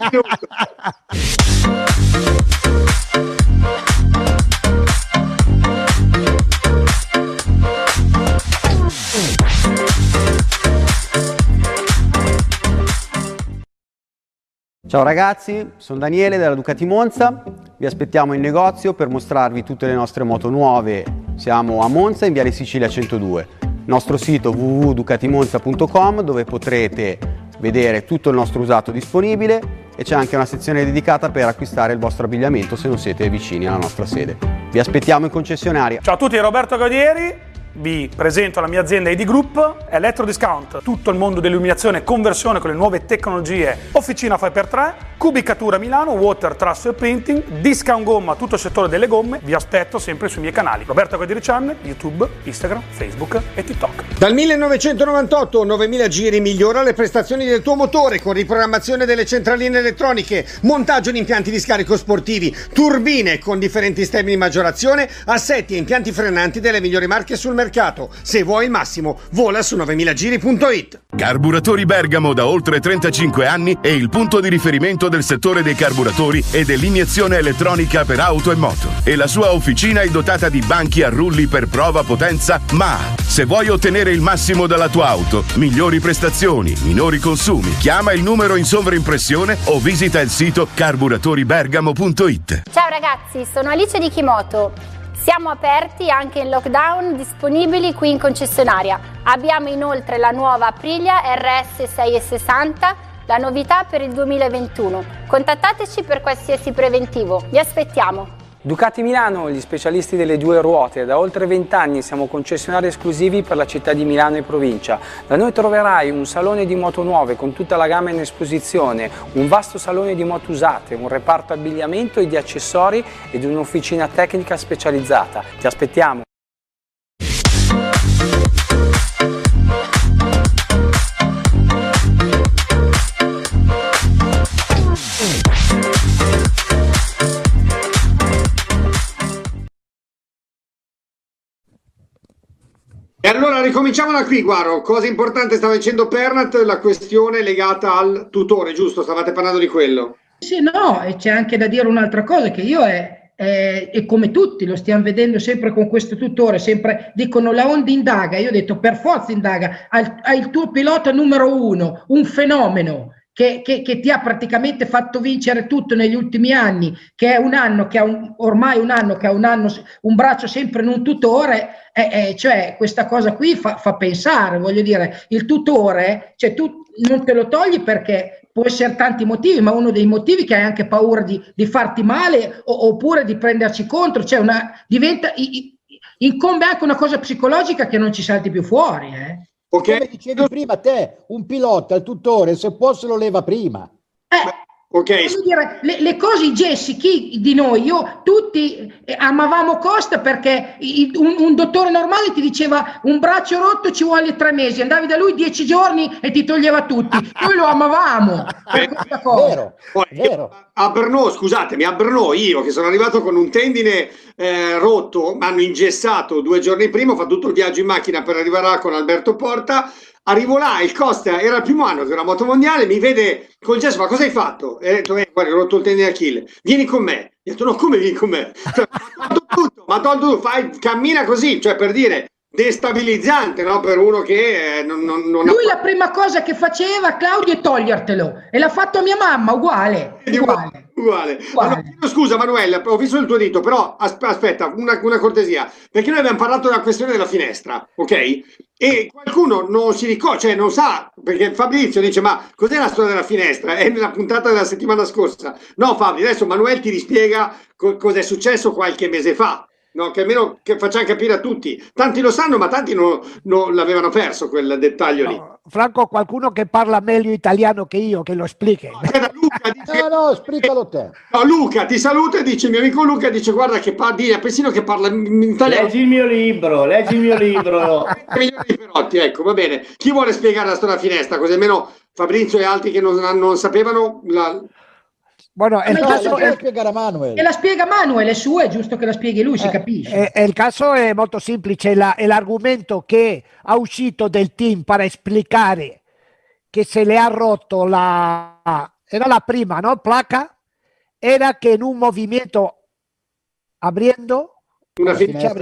Ciao ragazzi, sono Daniele della Ducati Monza, vi aspettiamo in negozio per mostrarvi tutte le nostre moto nuove. Siamo a Monza in Viale Sicilia 102, nostro sito www.ducatimonza.com dove potrete vedere tutto il nostro usato disponibile e c'è anche una sezione dedicata per acquistare il vostro abbigliamento se non siete vicini alla nostra sede. Vi aspettiamo in concessionaria. Ciao a tutti, Roberto Gaudieri. Vi presento la mia azienda ID Group, Electrodiscount, tutto il mondo dell'illuminazione e conversione con le nuove tecnologie, officina fai per 3, cubicatura Milano, water, transfer printing, discount gomma, tutto il settore delle gomme. Vi aspetto sempre sui miei canali Roberto Gaudieri Channel, YouTube, Instagram, Facebook e TikTok. Dal 1998 9000 giri migliora le prestazioni del tuo motore con riprogrammazione delle centraline elettroniche, montaggio di impianti di scarico sportivi, turbine con differenti sistemi di maggiorazione, assetti e impianti frenanti delle migliori marche sul mercato. Se vuoi il massimo, vola su 9000giri.it. Carburatori Bergamo da oltre 35 anni è il punto di riferimento del settore dei carburatori e dell'iniezione elettronica per auto e moto. E la sua officina è dotata di banchi a rulli per prova potenza, ma se vuoi ottenere il massimo dalla tua auto, migliori prestazioni, minori consumi, chiama il numero in sovraimpressione o visita il sito carburatoribergamo.it. Ciao ragazzi, sono Alice di Kimoto. Siamo aperti anche in lockdown, disponibili qui in concessionaria. Abbiamo inoltre la nuova Aprilia RS 660, la novità per il 2021. Contattateci per qualsiasi preventivo. Vi aspettiamo. Ducati Milano, gli specialisti delle due ruote. Da oltre 20 anni siamo concessionari esclusivi per la città di Milano e provincia. Da noi troverai un salone di moto nuove con tutta la gamma in esposizione, un vasto salone di moto usate, un reparto abbigliamento e di accessori ed un'officina tecnica specializzata. Ti aspettiamo! E allora ricominciamo da qui, Guaro. Cosa importante stava dicendo Pernat, la questione legata al tutore, giusto? Stavate parlando di quello? Sì, no, e c'è anche da dire un'altra cosa, che io e come tutti lo stiamo vedendo sempre con questo tutore, sempre dicono la Honda indaga, io ho detto per forza indaga, hai il tuo pilota numero uno, un fenomeno, che ti ha praticamente fatto vincere tutto negli ultimi anni, che è un anno, che ha ormai un anno, che ha un braccio sempre in un tutore, cioè questa cosa qui fa pensare, voglio dire, il tutore, cioè tu non te lo togli perché può essere tanti motivi, ma uno dei motivi che hai anche paura di farti male oppure di prenderci contro, cioè incombe anche una cosa psicologica che non ci salti più fuori, Okay. Come dicevi prima te, un pilota, il tutore, se può se lo leva prima. Okay. Voglio dire, le cose, i gessi, chi di noi, tutti amavamo Costa perché un dottore normale ti diceva un braccio rotto ci vuole 3 mesi, andavi da lui 10 giorni e ti toglieva tutti, noi lo amavamo per questa cosa. Vero. A Brno, scusatemi, a Brno io che sono arrivato con un tendine rotto, mi hanno ingessato 2 giorni prima, ho fatto tutto il viaggio in macchina per arrivare là con Alberto Porta. Arrivo là, il Costa era il primo anno che era moto mondiale, mi vede col gesto, ma cosa hai fatto? E ho detto, guarda, ho rotto il tendine d'Achille, vieni con me. Ho detto, no, come vieni con me? Cioè, ma tolto tutto, cammina così, cioè per dire, destabilizzante, no? Per uno che non lui la prima cosa che faceva, Claudio, è togliertelo, e l'ha fatto a mia mamma, uguale. Allora, scusa Manuel, ho visto il tuo dito, però aspetta, una cortesia, perché noi abbiamo parlato della questione della finestra, ok? E qualcuno non si ricorda, cioè non sa, perché Fabrizio dice, ma cos'è la storia della finestra? È nella puntata della settimana scorsa. No Fabri, adesso Manuel ti rispiega cosa è successo qualche mese fa. No, che almeno che facciamo capire a tutti. Tanti lo sanno, ma tanti non l'avevano perso quel dettaglio lì. Franco, qualcuno che parla meglio italiano che io, che lo esplichi. No, spiegalo te. No, Luca ti saluta e dice, mio amico Luca dice, guarda che di Apessino che parla in italiano. Leggi il mio libro. Perotti, ecco, va bene. Chi vuole spiegare la storia della finestra? Così almeno Fabrizio e altri che non sapevano Bueno, el caso la spiega Manuel. E la spiega Manuel, è sua, è giusto che la spieghi lui, si capisce. Il caso è molto semplice, l'argomento che ha uscito del team per spiegare che se le ha rotto era la prima, ¿no? Placa, era che in un movimento aprendo una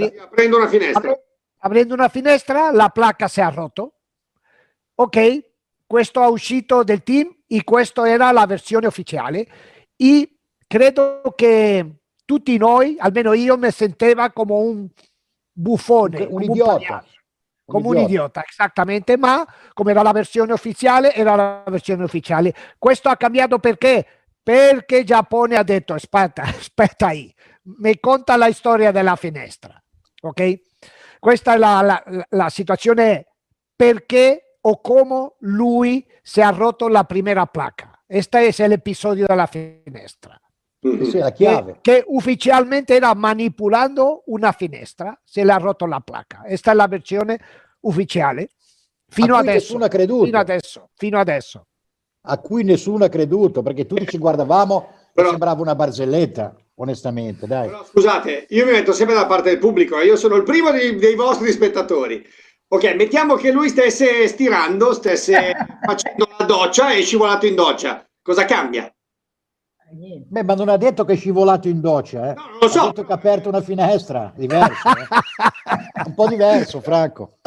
finestra, la placa si è rotto. Ok, questo ha uscito del team e questa era la versione ufficiale. E credo che tutti noi, almeno io, mi sentivo come un buffone, un idiota. Come un idiota, esattamente, ma come era la versione ufficiale, era la versione ufficiale. Questo ha cambiato perché? Perché Giappone ha detto, aspetta ahí, mi conta la storia della finestra, ok? Questa è la situazione, perché o come lui si è rotto la prima placa. Questo è l'episodio della finestra. Sì, la chiave. Che ufficialmente era manipolando una finestra, se le ha rotto la placa. Questa è la versione ufficiale. Fino adesso. Nessuno ha creduto. Fino adesso. A cui nessuno ha creduto, perché tutti ci guardavamo e sembrava una barzelletta, onestamente. Dai. Però, scusate, io mi metto sempre dalla parte del pubblico, io sono il primo dei vostri spettatori. Ok, mettiamo che lui stesse stirando, stesse facendo la doccia e è scivolato in doccia. Cosa cambia? Beh, ma non ha detto che è scivolato in doccia, No, non lo so. Ha detto che ha aperto una finestra, diverso. Un po' diverso, Franco.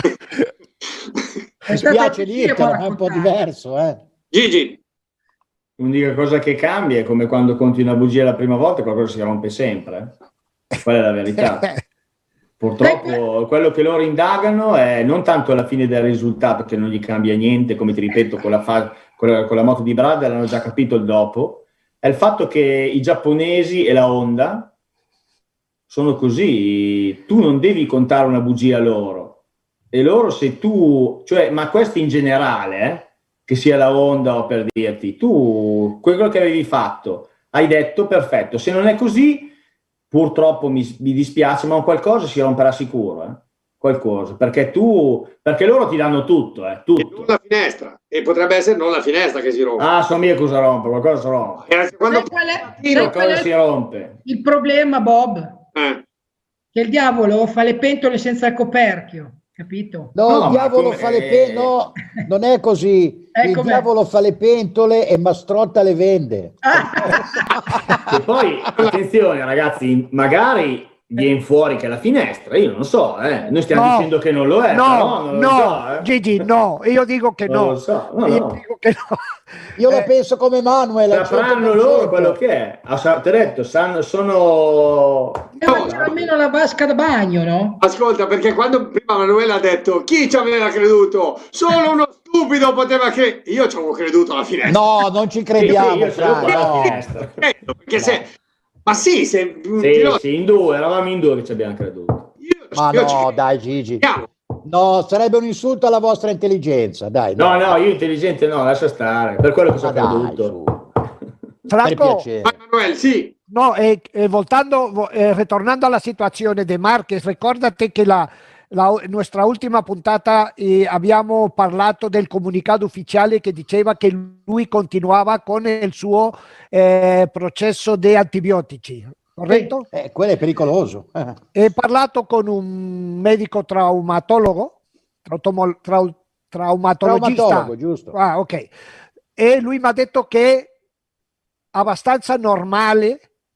Mi spiace dirtelo, ma è un po' diverso, Gigi. L'unica cosa che cambia è come quando conti una bugia la prima volta, qualcosa si rompe sempre. Quella è la verità. Purtroppo quello che loro indagano è non tanto la fine del risultato, che non gli cambia niente, come ti ripeto, con la moto di Brad l'hanno già capito il dopo, è il fatto che i giapponesi e la Honda sono così, tu non devi contare una bugia loro, e loro se tu, cioè, ma questo in generale, che sia la Honda o per dirti, tu quello che avevi fatto, hai detto perfetto, se non è così, purtroppo mi dispiace, ma un qualcosa si romperà sicuro, qualcosa, perché loro ti danno tutto, tutto. E non la finestra, e potrebbe essere non la finestra che si rompe. Ah, so mia cosa rompe, qualcosa si rompe. Quando si rompe. Il problema, Bob, che il diavolo fa le pentole senza il coperchio, capito? No, il diavolo fa le pentole, no, non è così. Il diavolo fa le pentole e Mastrotta le vende. E poi, attenzione ragazzi, magari viene fuori che è la finestra, io non so, noi stiamo dicendo che non lo è. Gigi, no, io dico che no. Dico che no. Io la penso come Manuel. Sapranno loro quello che è. Ti ho detto, sono... C'è almeno la vasca da bagno, no? Ascolta, perché quando prima Manuela ha detto chi ci aveva creduto? Solo uno stupido poteva che... Io ci avevo creduto alla finestra. No, non ci crediamo. Perché se... Ma sì, eravamo in due che ci abbiamo creduto. Dai Gigi. No, sarebbe un insulto alla vostra intelligenza, dai. No, io intelligente no, lascia stare, per quello che sono creduto. Franco, Manuel, sì. No, ritornando alla situazione De Marquez, ricordate che la nostra ultima puntata abbiamo parlato del comunicato ufficiale che diceva che lui continuava con il suo processo di antibiotici, corretto? Quello è pericoloso. Ho parlato con un medico traumatologo, traumatologista, giusto. Ah, ok. E lui mi ha detto che è abbastanza normale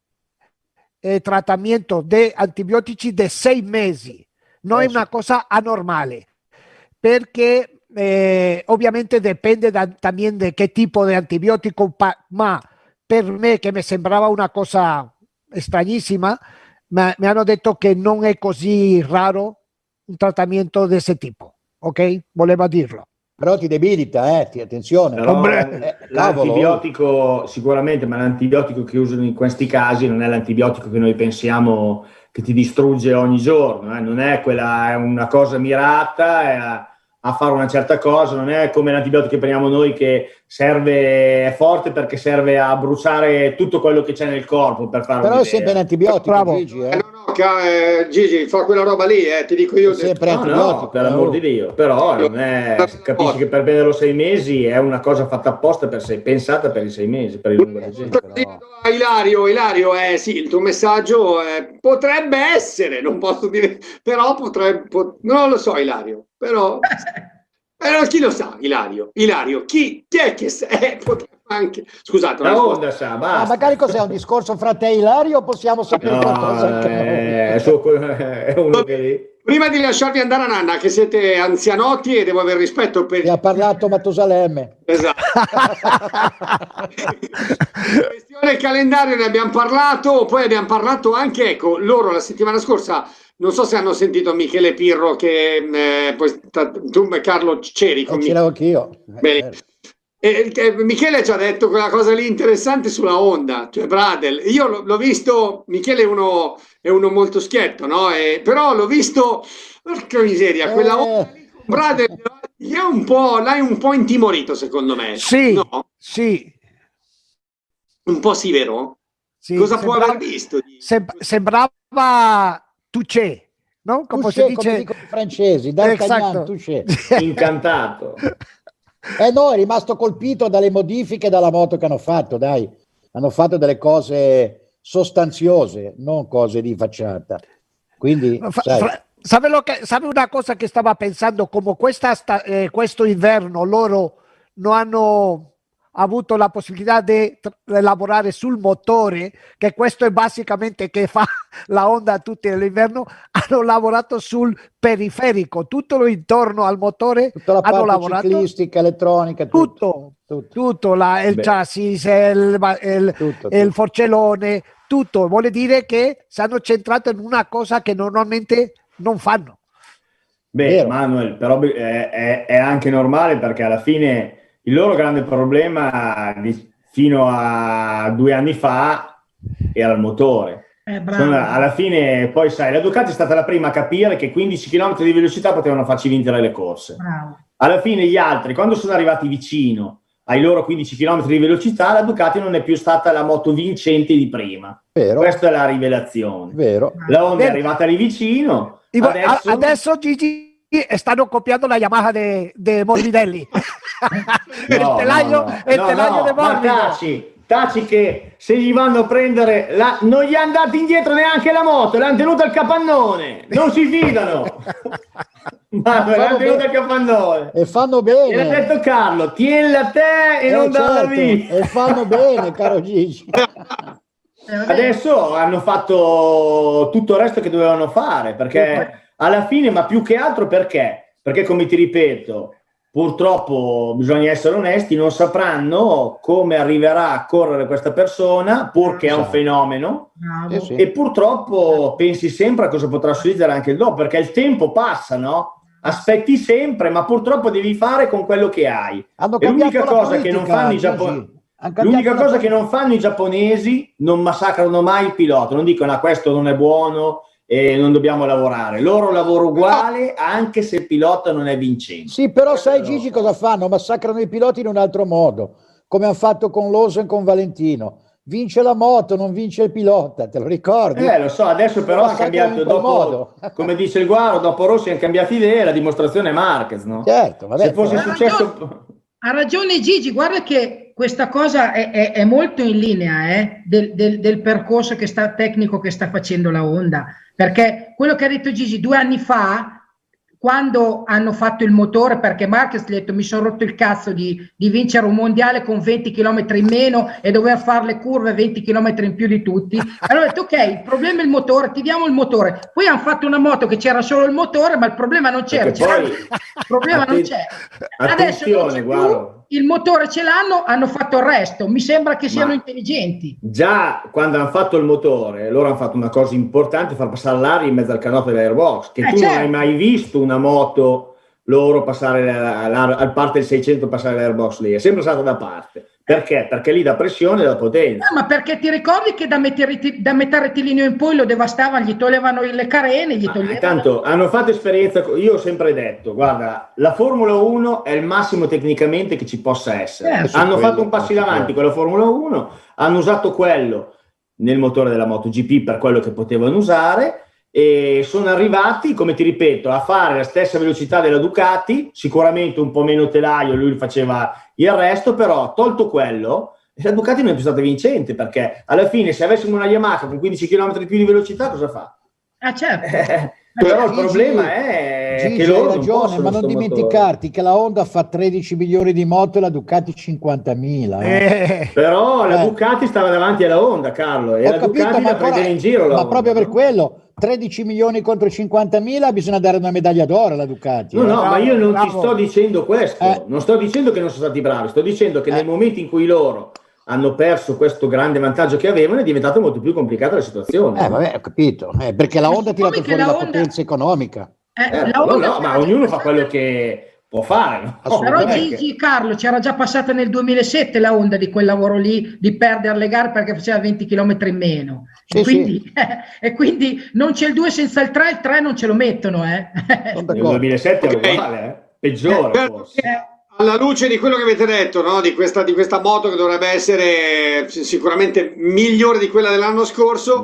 il trattamento di antibiotici di 6 mesi. Non è una cosa anormale, perché ovviamente dipende también de che tipo di antibiotico, ma per me, che mi sembrava una cosa stranissima, mi hanno detto che non è così raro un trattamento di questo tipo, ok? Voleva dirlo. Però ti debilita, attenzione. Però cavolo. l'antibiotico sicuramente, ma l'antibiotico che usano in questi casi non è l'antibiotico che noi pensiamo che ti distrugge ogni giorno, non è quella, è una cosa mirata a fare una certa cosa, non è come l'antibiotico che prendiamo noi che serve, è forte perché serve a bruciare tutto quello che c'è nel corpo per fare. Però è sempre un antibiotico, Gigi. Gigi, fa quella roba lì, ti dico io. Sempre no, per l'amor di Dio, però non è, capisci che per prenderlo 6 mesi è una cosa fatta apposta pensata per i 6 mesi, per il lungo regime. Ilario, sì, il tuo messaggio potrebbe essere, non posso dire, però non lo so, Ilario, però chi lo sa, Ilario, chi è che potrebbe anche, scusate, la onda sa, basta. Magari cos'è un discorso fra te e Ilario, possiamo sapere qualcosa è uno che lì. Prima di lasciarvi andare a Nanna, che siete anzianotti e devo avere rispetto per... Ne ha parlato Matusalemme. Esatto. Questione calendario ne abbiamo parlato, poi abbiamo parlato anche, ecco, loro la settimana scorsa, non so se hanno sentito Michele Pirro, che poi tu e Carlo c'eri con me. C'ero anch'io. Bene. Michele ci ha detto quella cosa lì interessante sulla Honda, cioè Bradel. Io l'ho visto, Michele è uno molto schietto, no? Però l'ho visto, porca miseria, quella Honda lì con Bradel l'hai un po' intimorito, secondo me. Sì, no? sì. Un po' sì, vero? Sì, cosa può aver visto? Sembrava Touché, no? Come Touché, si dice? come dicono i francesi, Esatto. Touché. Incantato. No, è rimasto colpito dalle modifiche dalla moto che hanno fatto, dai. Hanno fatto delle cose sostanziose, non cose di facciata. Quindi, sabe una cosa che stava pensando? Come questo inverno loro non hanno avuto la possibilità di lavorare sul motore, che questo è basicamente che fa la Honda tutti l'inverno, hanno lavorato sul periferico, tutto intorno al motore, tutta la hanno parte lavorato ciclistica, elettronica, tutto il chassis, il forcellone, tutto. Vuole dire che si hanno centrato in una cosa che normalmente non fanno. Beh, Manuel, però è anche normale, perché alla fine il loro grande problema fino a 2 anni fa era il motore. Alla fine, poi sai, la Ducati è stata la prima a capire che 15 km di velocità potevano farci vincere le corse. Bravo. Alla fine gli altri, quando sono arrivati vicino ai loro 15 km di velocità, la Ducati non è più stata la moto vincente di prima. Vero. Questa è la rivelazione. Vero. La Honda è arrivata lì vicino. Adesso Gigi stanno copiando la Yamaha de Morbidelli. il telaio di Morbidelli. Taci che se gli vanno a prendere non gli è andati indietro neanche la moto, l'hanno tenuta al capannone, non si fidano. L'hanno tenuta al capannone e fanno bene. E l'ha detto Carlo, tienila a te e non darla via. E fanno bene, caro Gigi. Adesso hanno fatto tutto il resto che dovevano fare, perché alla fine, ma più che altro perché, come ti ripeto, purtroppo bisogna essere onesti, non sapranno come arriverà a correre questa persona, purché è un fenomeno, e purtroppo pensi sempre a cosa potrà succedere anche il dopo, perché il tempo passa, no? Aspetti sempre, ma purtroppo devi fare con quello che hai. E l'unica cosa che non fanno i giapponesi, non massacrano mai il pilota, non dicono questo non è buono e non dobbiamo lavorare. Loro lavorano uguale anche se il pilota non è vincente. Sì, però sai Gigi cosa fanno? Massacrano i piloti in un altro modo, come hanno fatto con Lawson e con Valentino. Vince la moto, non vince il pilota, te lo ricordi? Lo so, adesso però ha cambiato, dopo, come dice il Guaro, dopo Rossi hanno cambiato idea, la dimostrazione è Marquez, no? Certo, vabbè. Se fosse successo... Ha ragione Gigi, guarda che questa cosa è molto in linea del percorso tecnico che sta facendo la Honda, perché quello che ha detto Gigi 2 anni fa, quando hanno fatto il motore, perché Marquez gli ha detto mi sono rotto il cazzo di vincere un mondiale con 20 km in meno e dover fare le curve 20 km in più di tutti, allora ho detto ok, il problema è il motore, ti diamo il motore. Poi hanno fatto una moto che c'era solo il motore, ma il problema non c'era, il problema non c'è. Adesso non c'è più, il motore ce l'hanno, hanno fatto il resto, mi sembra che siano intelligenti. Già quando hanno fatto il motore, loro hanno fatto una cosa importante, far passare l'aria in mezzo al canotto dell'airbox, che tu non hai mai visto una moto loro passare al parte del 600 passare l'airbox lì, è sempre stata da parte. Perché? Perché lì da pressione e da potenza. Ma perché ti ricordi che da metà rettilineo in poi lo devastavano, gli toglievano le carene, gli toglievano... Tanto hanno fatto esperienza, io ho sempre detto, guarda, la Formula 1 è il massimo tecnicamente che ci possa essere. Hanno fatto un passo in avanti con la Formula 1, hanno usato quello nel motore della MotoGP per quello che potevano usare, e sono arrivati, come ti ripeto, a fare la stessa velocità della Ducati, sicuramente un po' meno telaio, lui faceva il resto, però tolto quello, la Ducati non è più stata vincente, perché alla fine se avessimo una Yamaha con 15 km più di velocità cosa fa? Certo. Però il problema è Gigi, che loro hai ragione, ma non dimenticarti che la Honda fa 13 milioni di moto e la Ducati 50.000. Però la Ducati stava davanti alla Honda, Carlo, e Ho la capito, Ducati ma la prendeva in giro. Ma proprio per quello 13 milioni contro 50.000 bisogna dare una medaglia d'oro alla Ducati. No, ma io non ti sto dicendo questo, non sto dicendo che non sono stati bravi, sto dicendo che nel momento in cui loro hanno perso questo grande vantaggio che avevano, è diventata molto più complicata la situazione. Vabbè, ho capito, perché la Honda ha tirato fuori la potenza economica. Ma ognuno fa quello che può fare. No? Però Gigi, Carlo, c'era già passata nel 2007 la Honda di quel lavoro lì, di perdere le gare perché faceva 20 km in meno. E quindi non c'è il 2 senza il 3 non ce lo mettono. Nel 2007 è uguale, peggiore forse. Alla luce di quello che avete detto, no? di questa moto che dovrebbe essere sicuramente migliore di quella dell'anno scorso,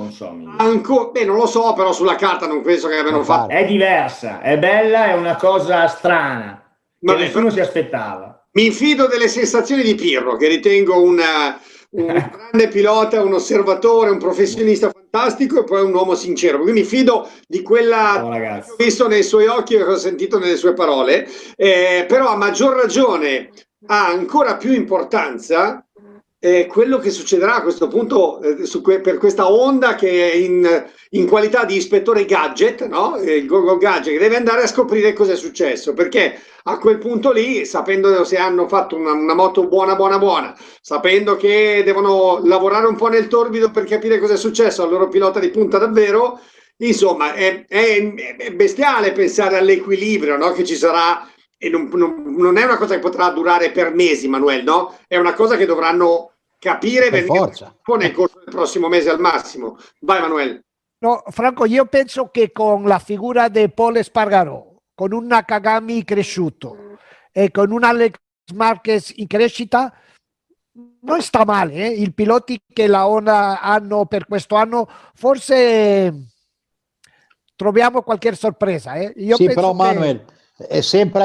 non lo so, però sulla carta non penso che abbiano fatto. È diversa, è bella, è una cosa strana che nessuno si aspettava. Mi fido delle sensazioni di Pirro, che ritengo un grande pilota, un osservatore, un professionista fantastico e poi un uomo sincero. Quindi mi fido di quella che ho visto nei suoi occhi e che ho sentito nelle sue parole, però a maggior ragione ha ancora più importanza quello che succederà a questo punto per questa Honda che è in qualità di ispettore gadget, no? Il Google Gadget, che deve andare a scoprire cosa è successo, perché a quel punto lì, sapendo se hanno fatto una moto buona, sapendo che devono lavorare un po' nel torbido per capire cosa è successo al loro pilota di punta davvero, insomma è bestiale pensare all'equilibrio, no? Che ci sarà, e non è una cosa che potrà durare per mesi, Manuel, no? È una cosa che dovranno capire nel corso del prossimo mese al massimo. Vai Manuel. No, Franco, io penso che con la figura di Paul Espargaró, con un Nakagami cresciuto e con un Alex Marquez in crescita, non sta male. I piloti che la Honda hanno per questo anno, forse troviamo qualche sorpresa. Io sì, penso però Manuel è sempre al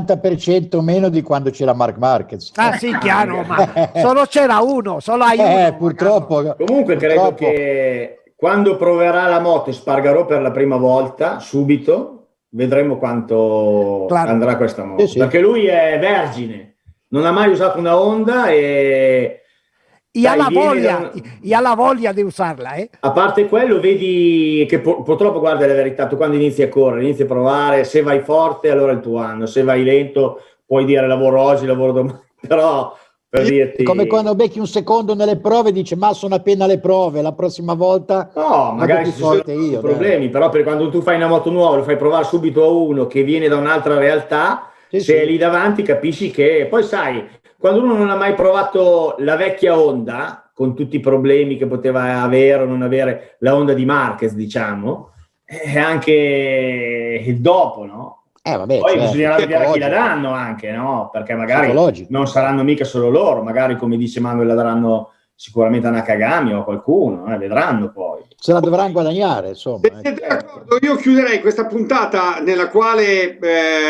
50% meno di quando c'era Marc Marquez. Sì, chiaro, ma solo c'era uno, solo hai uno. Purtroppo. Comunque credo che quando proverà la moto Espargaró per la prima volta, subito, vedremo quanto andrà questa moto. Perché lui è vergine, non ha mai usato una Honda e ha la voglia di usarla. A parte quello, vedi che purtroppo, guarda la verità, tu quando inizi a correre, inizi a provare, se vai forte allora è il tuo anno, se vai lento puoi dire lavoro oggi, lavoro domani, però per dirti... Come quando becchi un secondo nelle prove dice ma sono appena le prove, la prossima volta magari ci sono problemi, però per quando tu fai una moto nuova lo fai provare subito a uno che viene da un'altra realtà, se è lì davanti capisci che poi sai, quando uno non ha mai provato la vecchia Honda con tutti i problemi che poteva avere o non avere la Honda di Marquez, diciamo, è anche il dopo, no? Poi bisognerà vedere a chi la danno anche, no? Perché magari non saranno mica solo loro, magari come dice Manuel la daranno sicuramente a Nakagami o a qualcuno, vedranno poi. Se la dovranno guadagnare, insomma. Io chiuderei questa puntata nella quale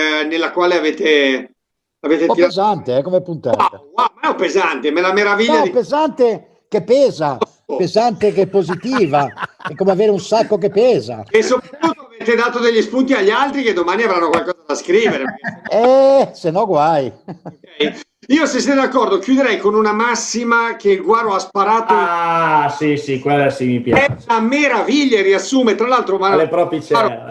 avete un po' pesante come puntata. Ma è pesante, me la meraviglia pesante che pesa, pesante che è positiva, è come avere un sacco che pesa. E soprattutto avete dato degli spunti agli altri che domani avranno qualcosa da scrivere. Se no guai. Okay. Io, se siete d'accordo, chiuderei con una massima che il Guaro ha sparato. Sì, quella sì mi piace. È una meraviglia, riassume, tra l'altro, ma le proprie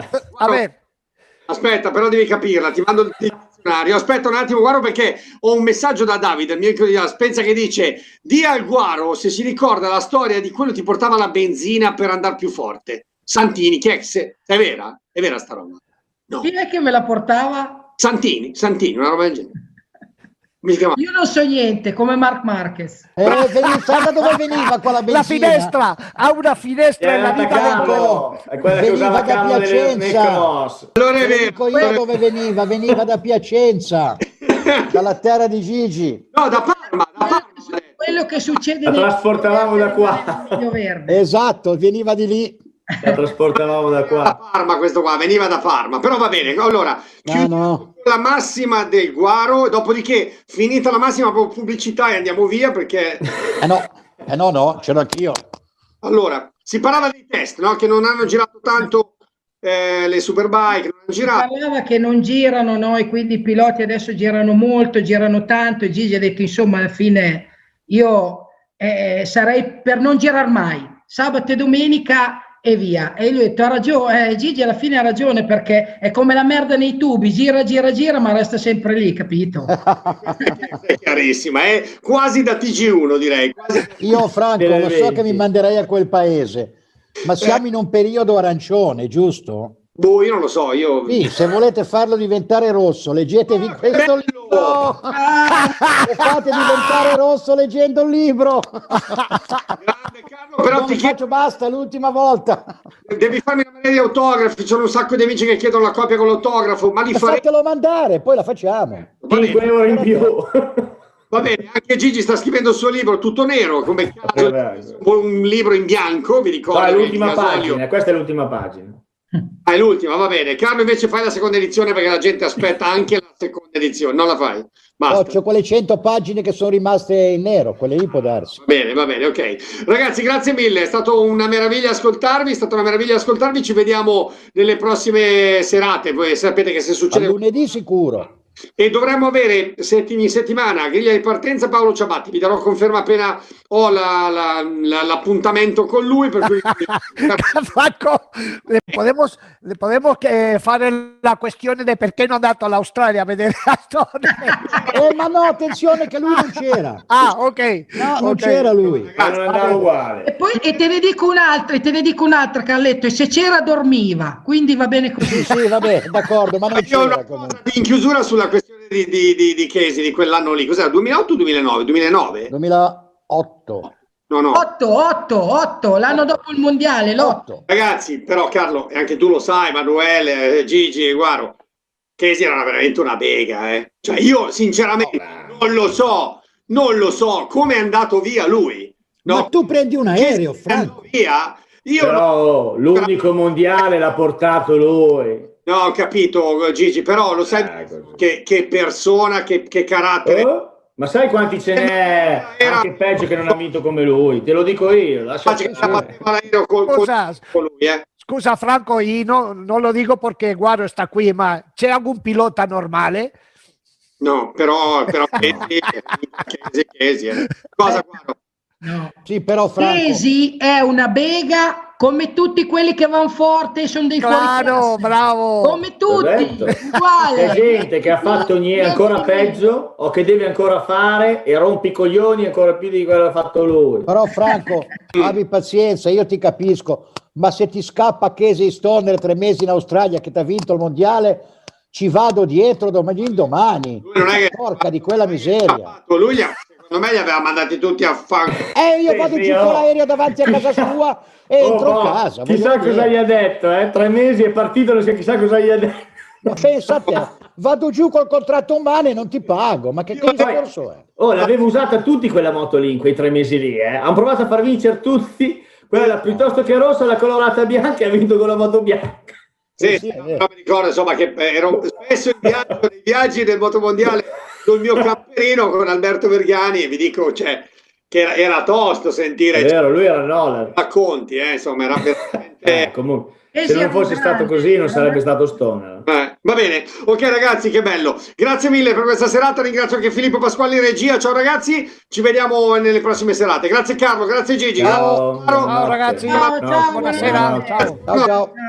aspetta, però devi capirla, ti mando il dizionario. Aspetta un attimo, Guaro, perché ho un messaggio da Davide, il mio amico di Spenza, che dice: di al Guaro se si ricorda la storia di quello che ti portava la benzina per andare più forte. Santini, che è vera? È vera sta roba? No. Chi è che me la portava? Santini, una roba del genere. Io non so niente, come Marc Marquez. Sai da dove veniva quella benzina? La finestra, ha una finestra nella vita. È quella che usava Carlo nel cross. Allora è vero. Dico io dove veniva da Piacenza, dalla terra di Gigi. No, da Parma. Quello che succede la trasportavamo da qua. Esatto, veniva di lì. La trasportavamo da qua. Da Parma, questo qua veniva da Parma, però va bene. Allora, chiudiamo la massima del Guaro, dopodiché finita la massima pubblicità e andiamo via perché no, ce l'ho anch'io. Allora, si parlava dei test, no? Che non hanno girato tanto le Superbike, non hanno girato. Si parlava che non girano, no? E quindi i piloti adesso girano molto, girano tanto, e Gigi ha detto insomma alla fine io sarei per non girare mai, sabato e domenica e via. E lui ha detto ha ragione, Gigi alla fine ha ragione, perché è come la merda nei tubi, gira ma resta sempre lì, capito? È chiarissima, è quasi da TG1 direi. Io Franco lo so che mi manderei a quel paese, ma siamo in un periodo arancione, giusto? Boh, io non lo so, Sì, se volete farlo diventare rosso, leggetevi questo libro. E fate diventare rosso leggendo il libro. Grande Carlo, però non faccio basta, l'ultima volta. Devi farmi una marea di autografi, c'è un sacco di amici che chiedono la copia con l'autografo, ma li farei. Fatelo mandare, poi la facciamo. 5 euro in più. Va bene, anche Gigi sta scrivendo il suo libro tutto nero, come caso, un libro in bianco, vi ricordo. È l'ultima pagina, questa è l'ultima pagina. È l'ultima, va bene. Carlo invece fai la seconda edizione perché la gente aspetta anche la seconda edizione, non la fai? Basta. No, c'ho quelle 100 pagine che sono rimaste in nero, quelle lì può darsi. Va bene, ok. Ragazzi, grazie mille, è stato una meraviglia ascoltarvi, ci vediamo nelle prossime serate, voi sapete che se succede... A lunedì sicuro. E dovremmo avere in settimana griglia di partenza Paolo Ciabatti, vi darò conferma appena ho l'appuntamento con lui, per cui Franco, le podemos fare la questione di perché non è andato all'Australia a vedere la storia. Ma no, attenzione che lui non c'era. Ok. No, non c'era lui. Non andava uguale. E te ne dico un'altra, Carletto, e se c'era dormiva, quindi va bene così. Sì, vabbè, d'accordo, ma non c'era. Una cosa in chiusura sulla questione di Casey di quell'anno lì, cos'era? 2008 o 2009? 2008. No. 8, l'anno dopo il mondiale, l'8. Ragazzi, però Carlo, e anche tu lo sai, Emanuele, Gigi, Guaro, Casey era veramente una bega, Cioè io sinceramente non lo so come è andato via lui. No? Ma tu prendi un aereo, Franco. Via? Però l'unico mondiale l'ha portato lui. No, ho capito Gigi, però lo sai che persona, che carattere. Ma sai quanti ce n'è anche peggio che non ha vinto come lui? Te lo dico io. Scusa Franco, io non lo dico perché Guaro sta qui, ma c'è algún pilota normale? No, però Casey. Cosa Guaro? No. Sì, però Franco. Casey è una bega come tutti quelli che vanno forte e sono dei fuori bravo, come tutti, uguale. C'è gente che ha fatto ancora peggio o che deve ancora fare e rompi i coglioni ancora più di quello che ha fatto lui. Però Franco, abbi pazienza, io ti capisco, ma se ti scappa Casey Stoner 3 mesi in Australia che ti ha vinto il mondiale, ci vado dietro domani. Porca di quella miseria. Lui secondo me li aveva mandati tutti a fango. Io vado giù con l'aereo davanti a casa sua e entro a casa. Chissà cosa gli ha detto, 3 mesi è partito, non so chissà cosa gli ha detto. Ma pensa a te, vado giù col contratto umano e non ti pago, ma che discorso è? L'avevo usata tutti quella moto lì in quei 3 mesi lì, hanno provato a far vincere tutti, quella piuttosto che rossa, la colorata bianca, e ha vinto con la moto bianca. Sì, mi ricordo insomma che ero spesso in viaggio, nei viaggi del motomondiale sul mio camperino con Alberto Vergani e vi dico, cioè, che era tosto sentire. È vero, lui era Nolan. Racconti, insomma, era veramente. Comunque, se non fosse stato così, non sarebbe stato Stoner. Va bene, ok ragazzi, che bello. Grazie mille per questa serata. Ringrazio anche Filippo Pasquale in regia. Ciao ragazzi, ci vediamo nelle prossime serate. Grazie Carlo, grazie Gigi. Ciao, ciao ragazzi. Buonasera. Ciao.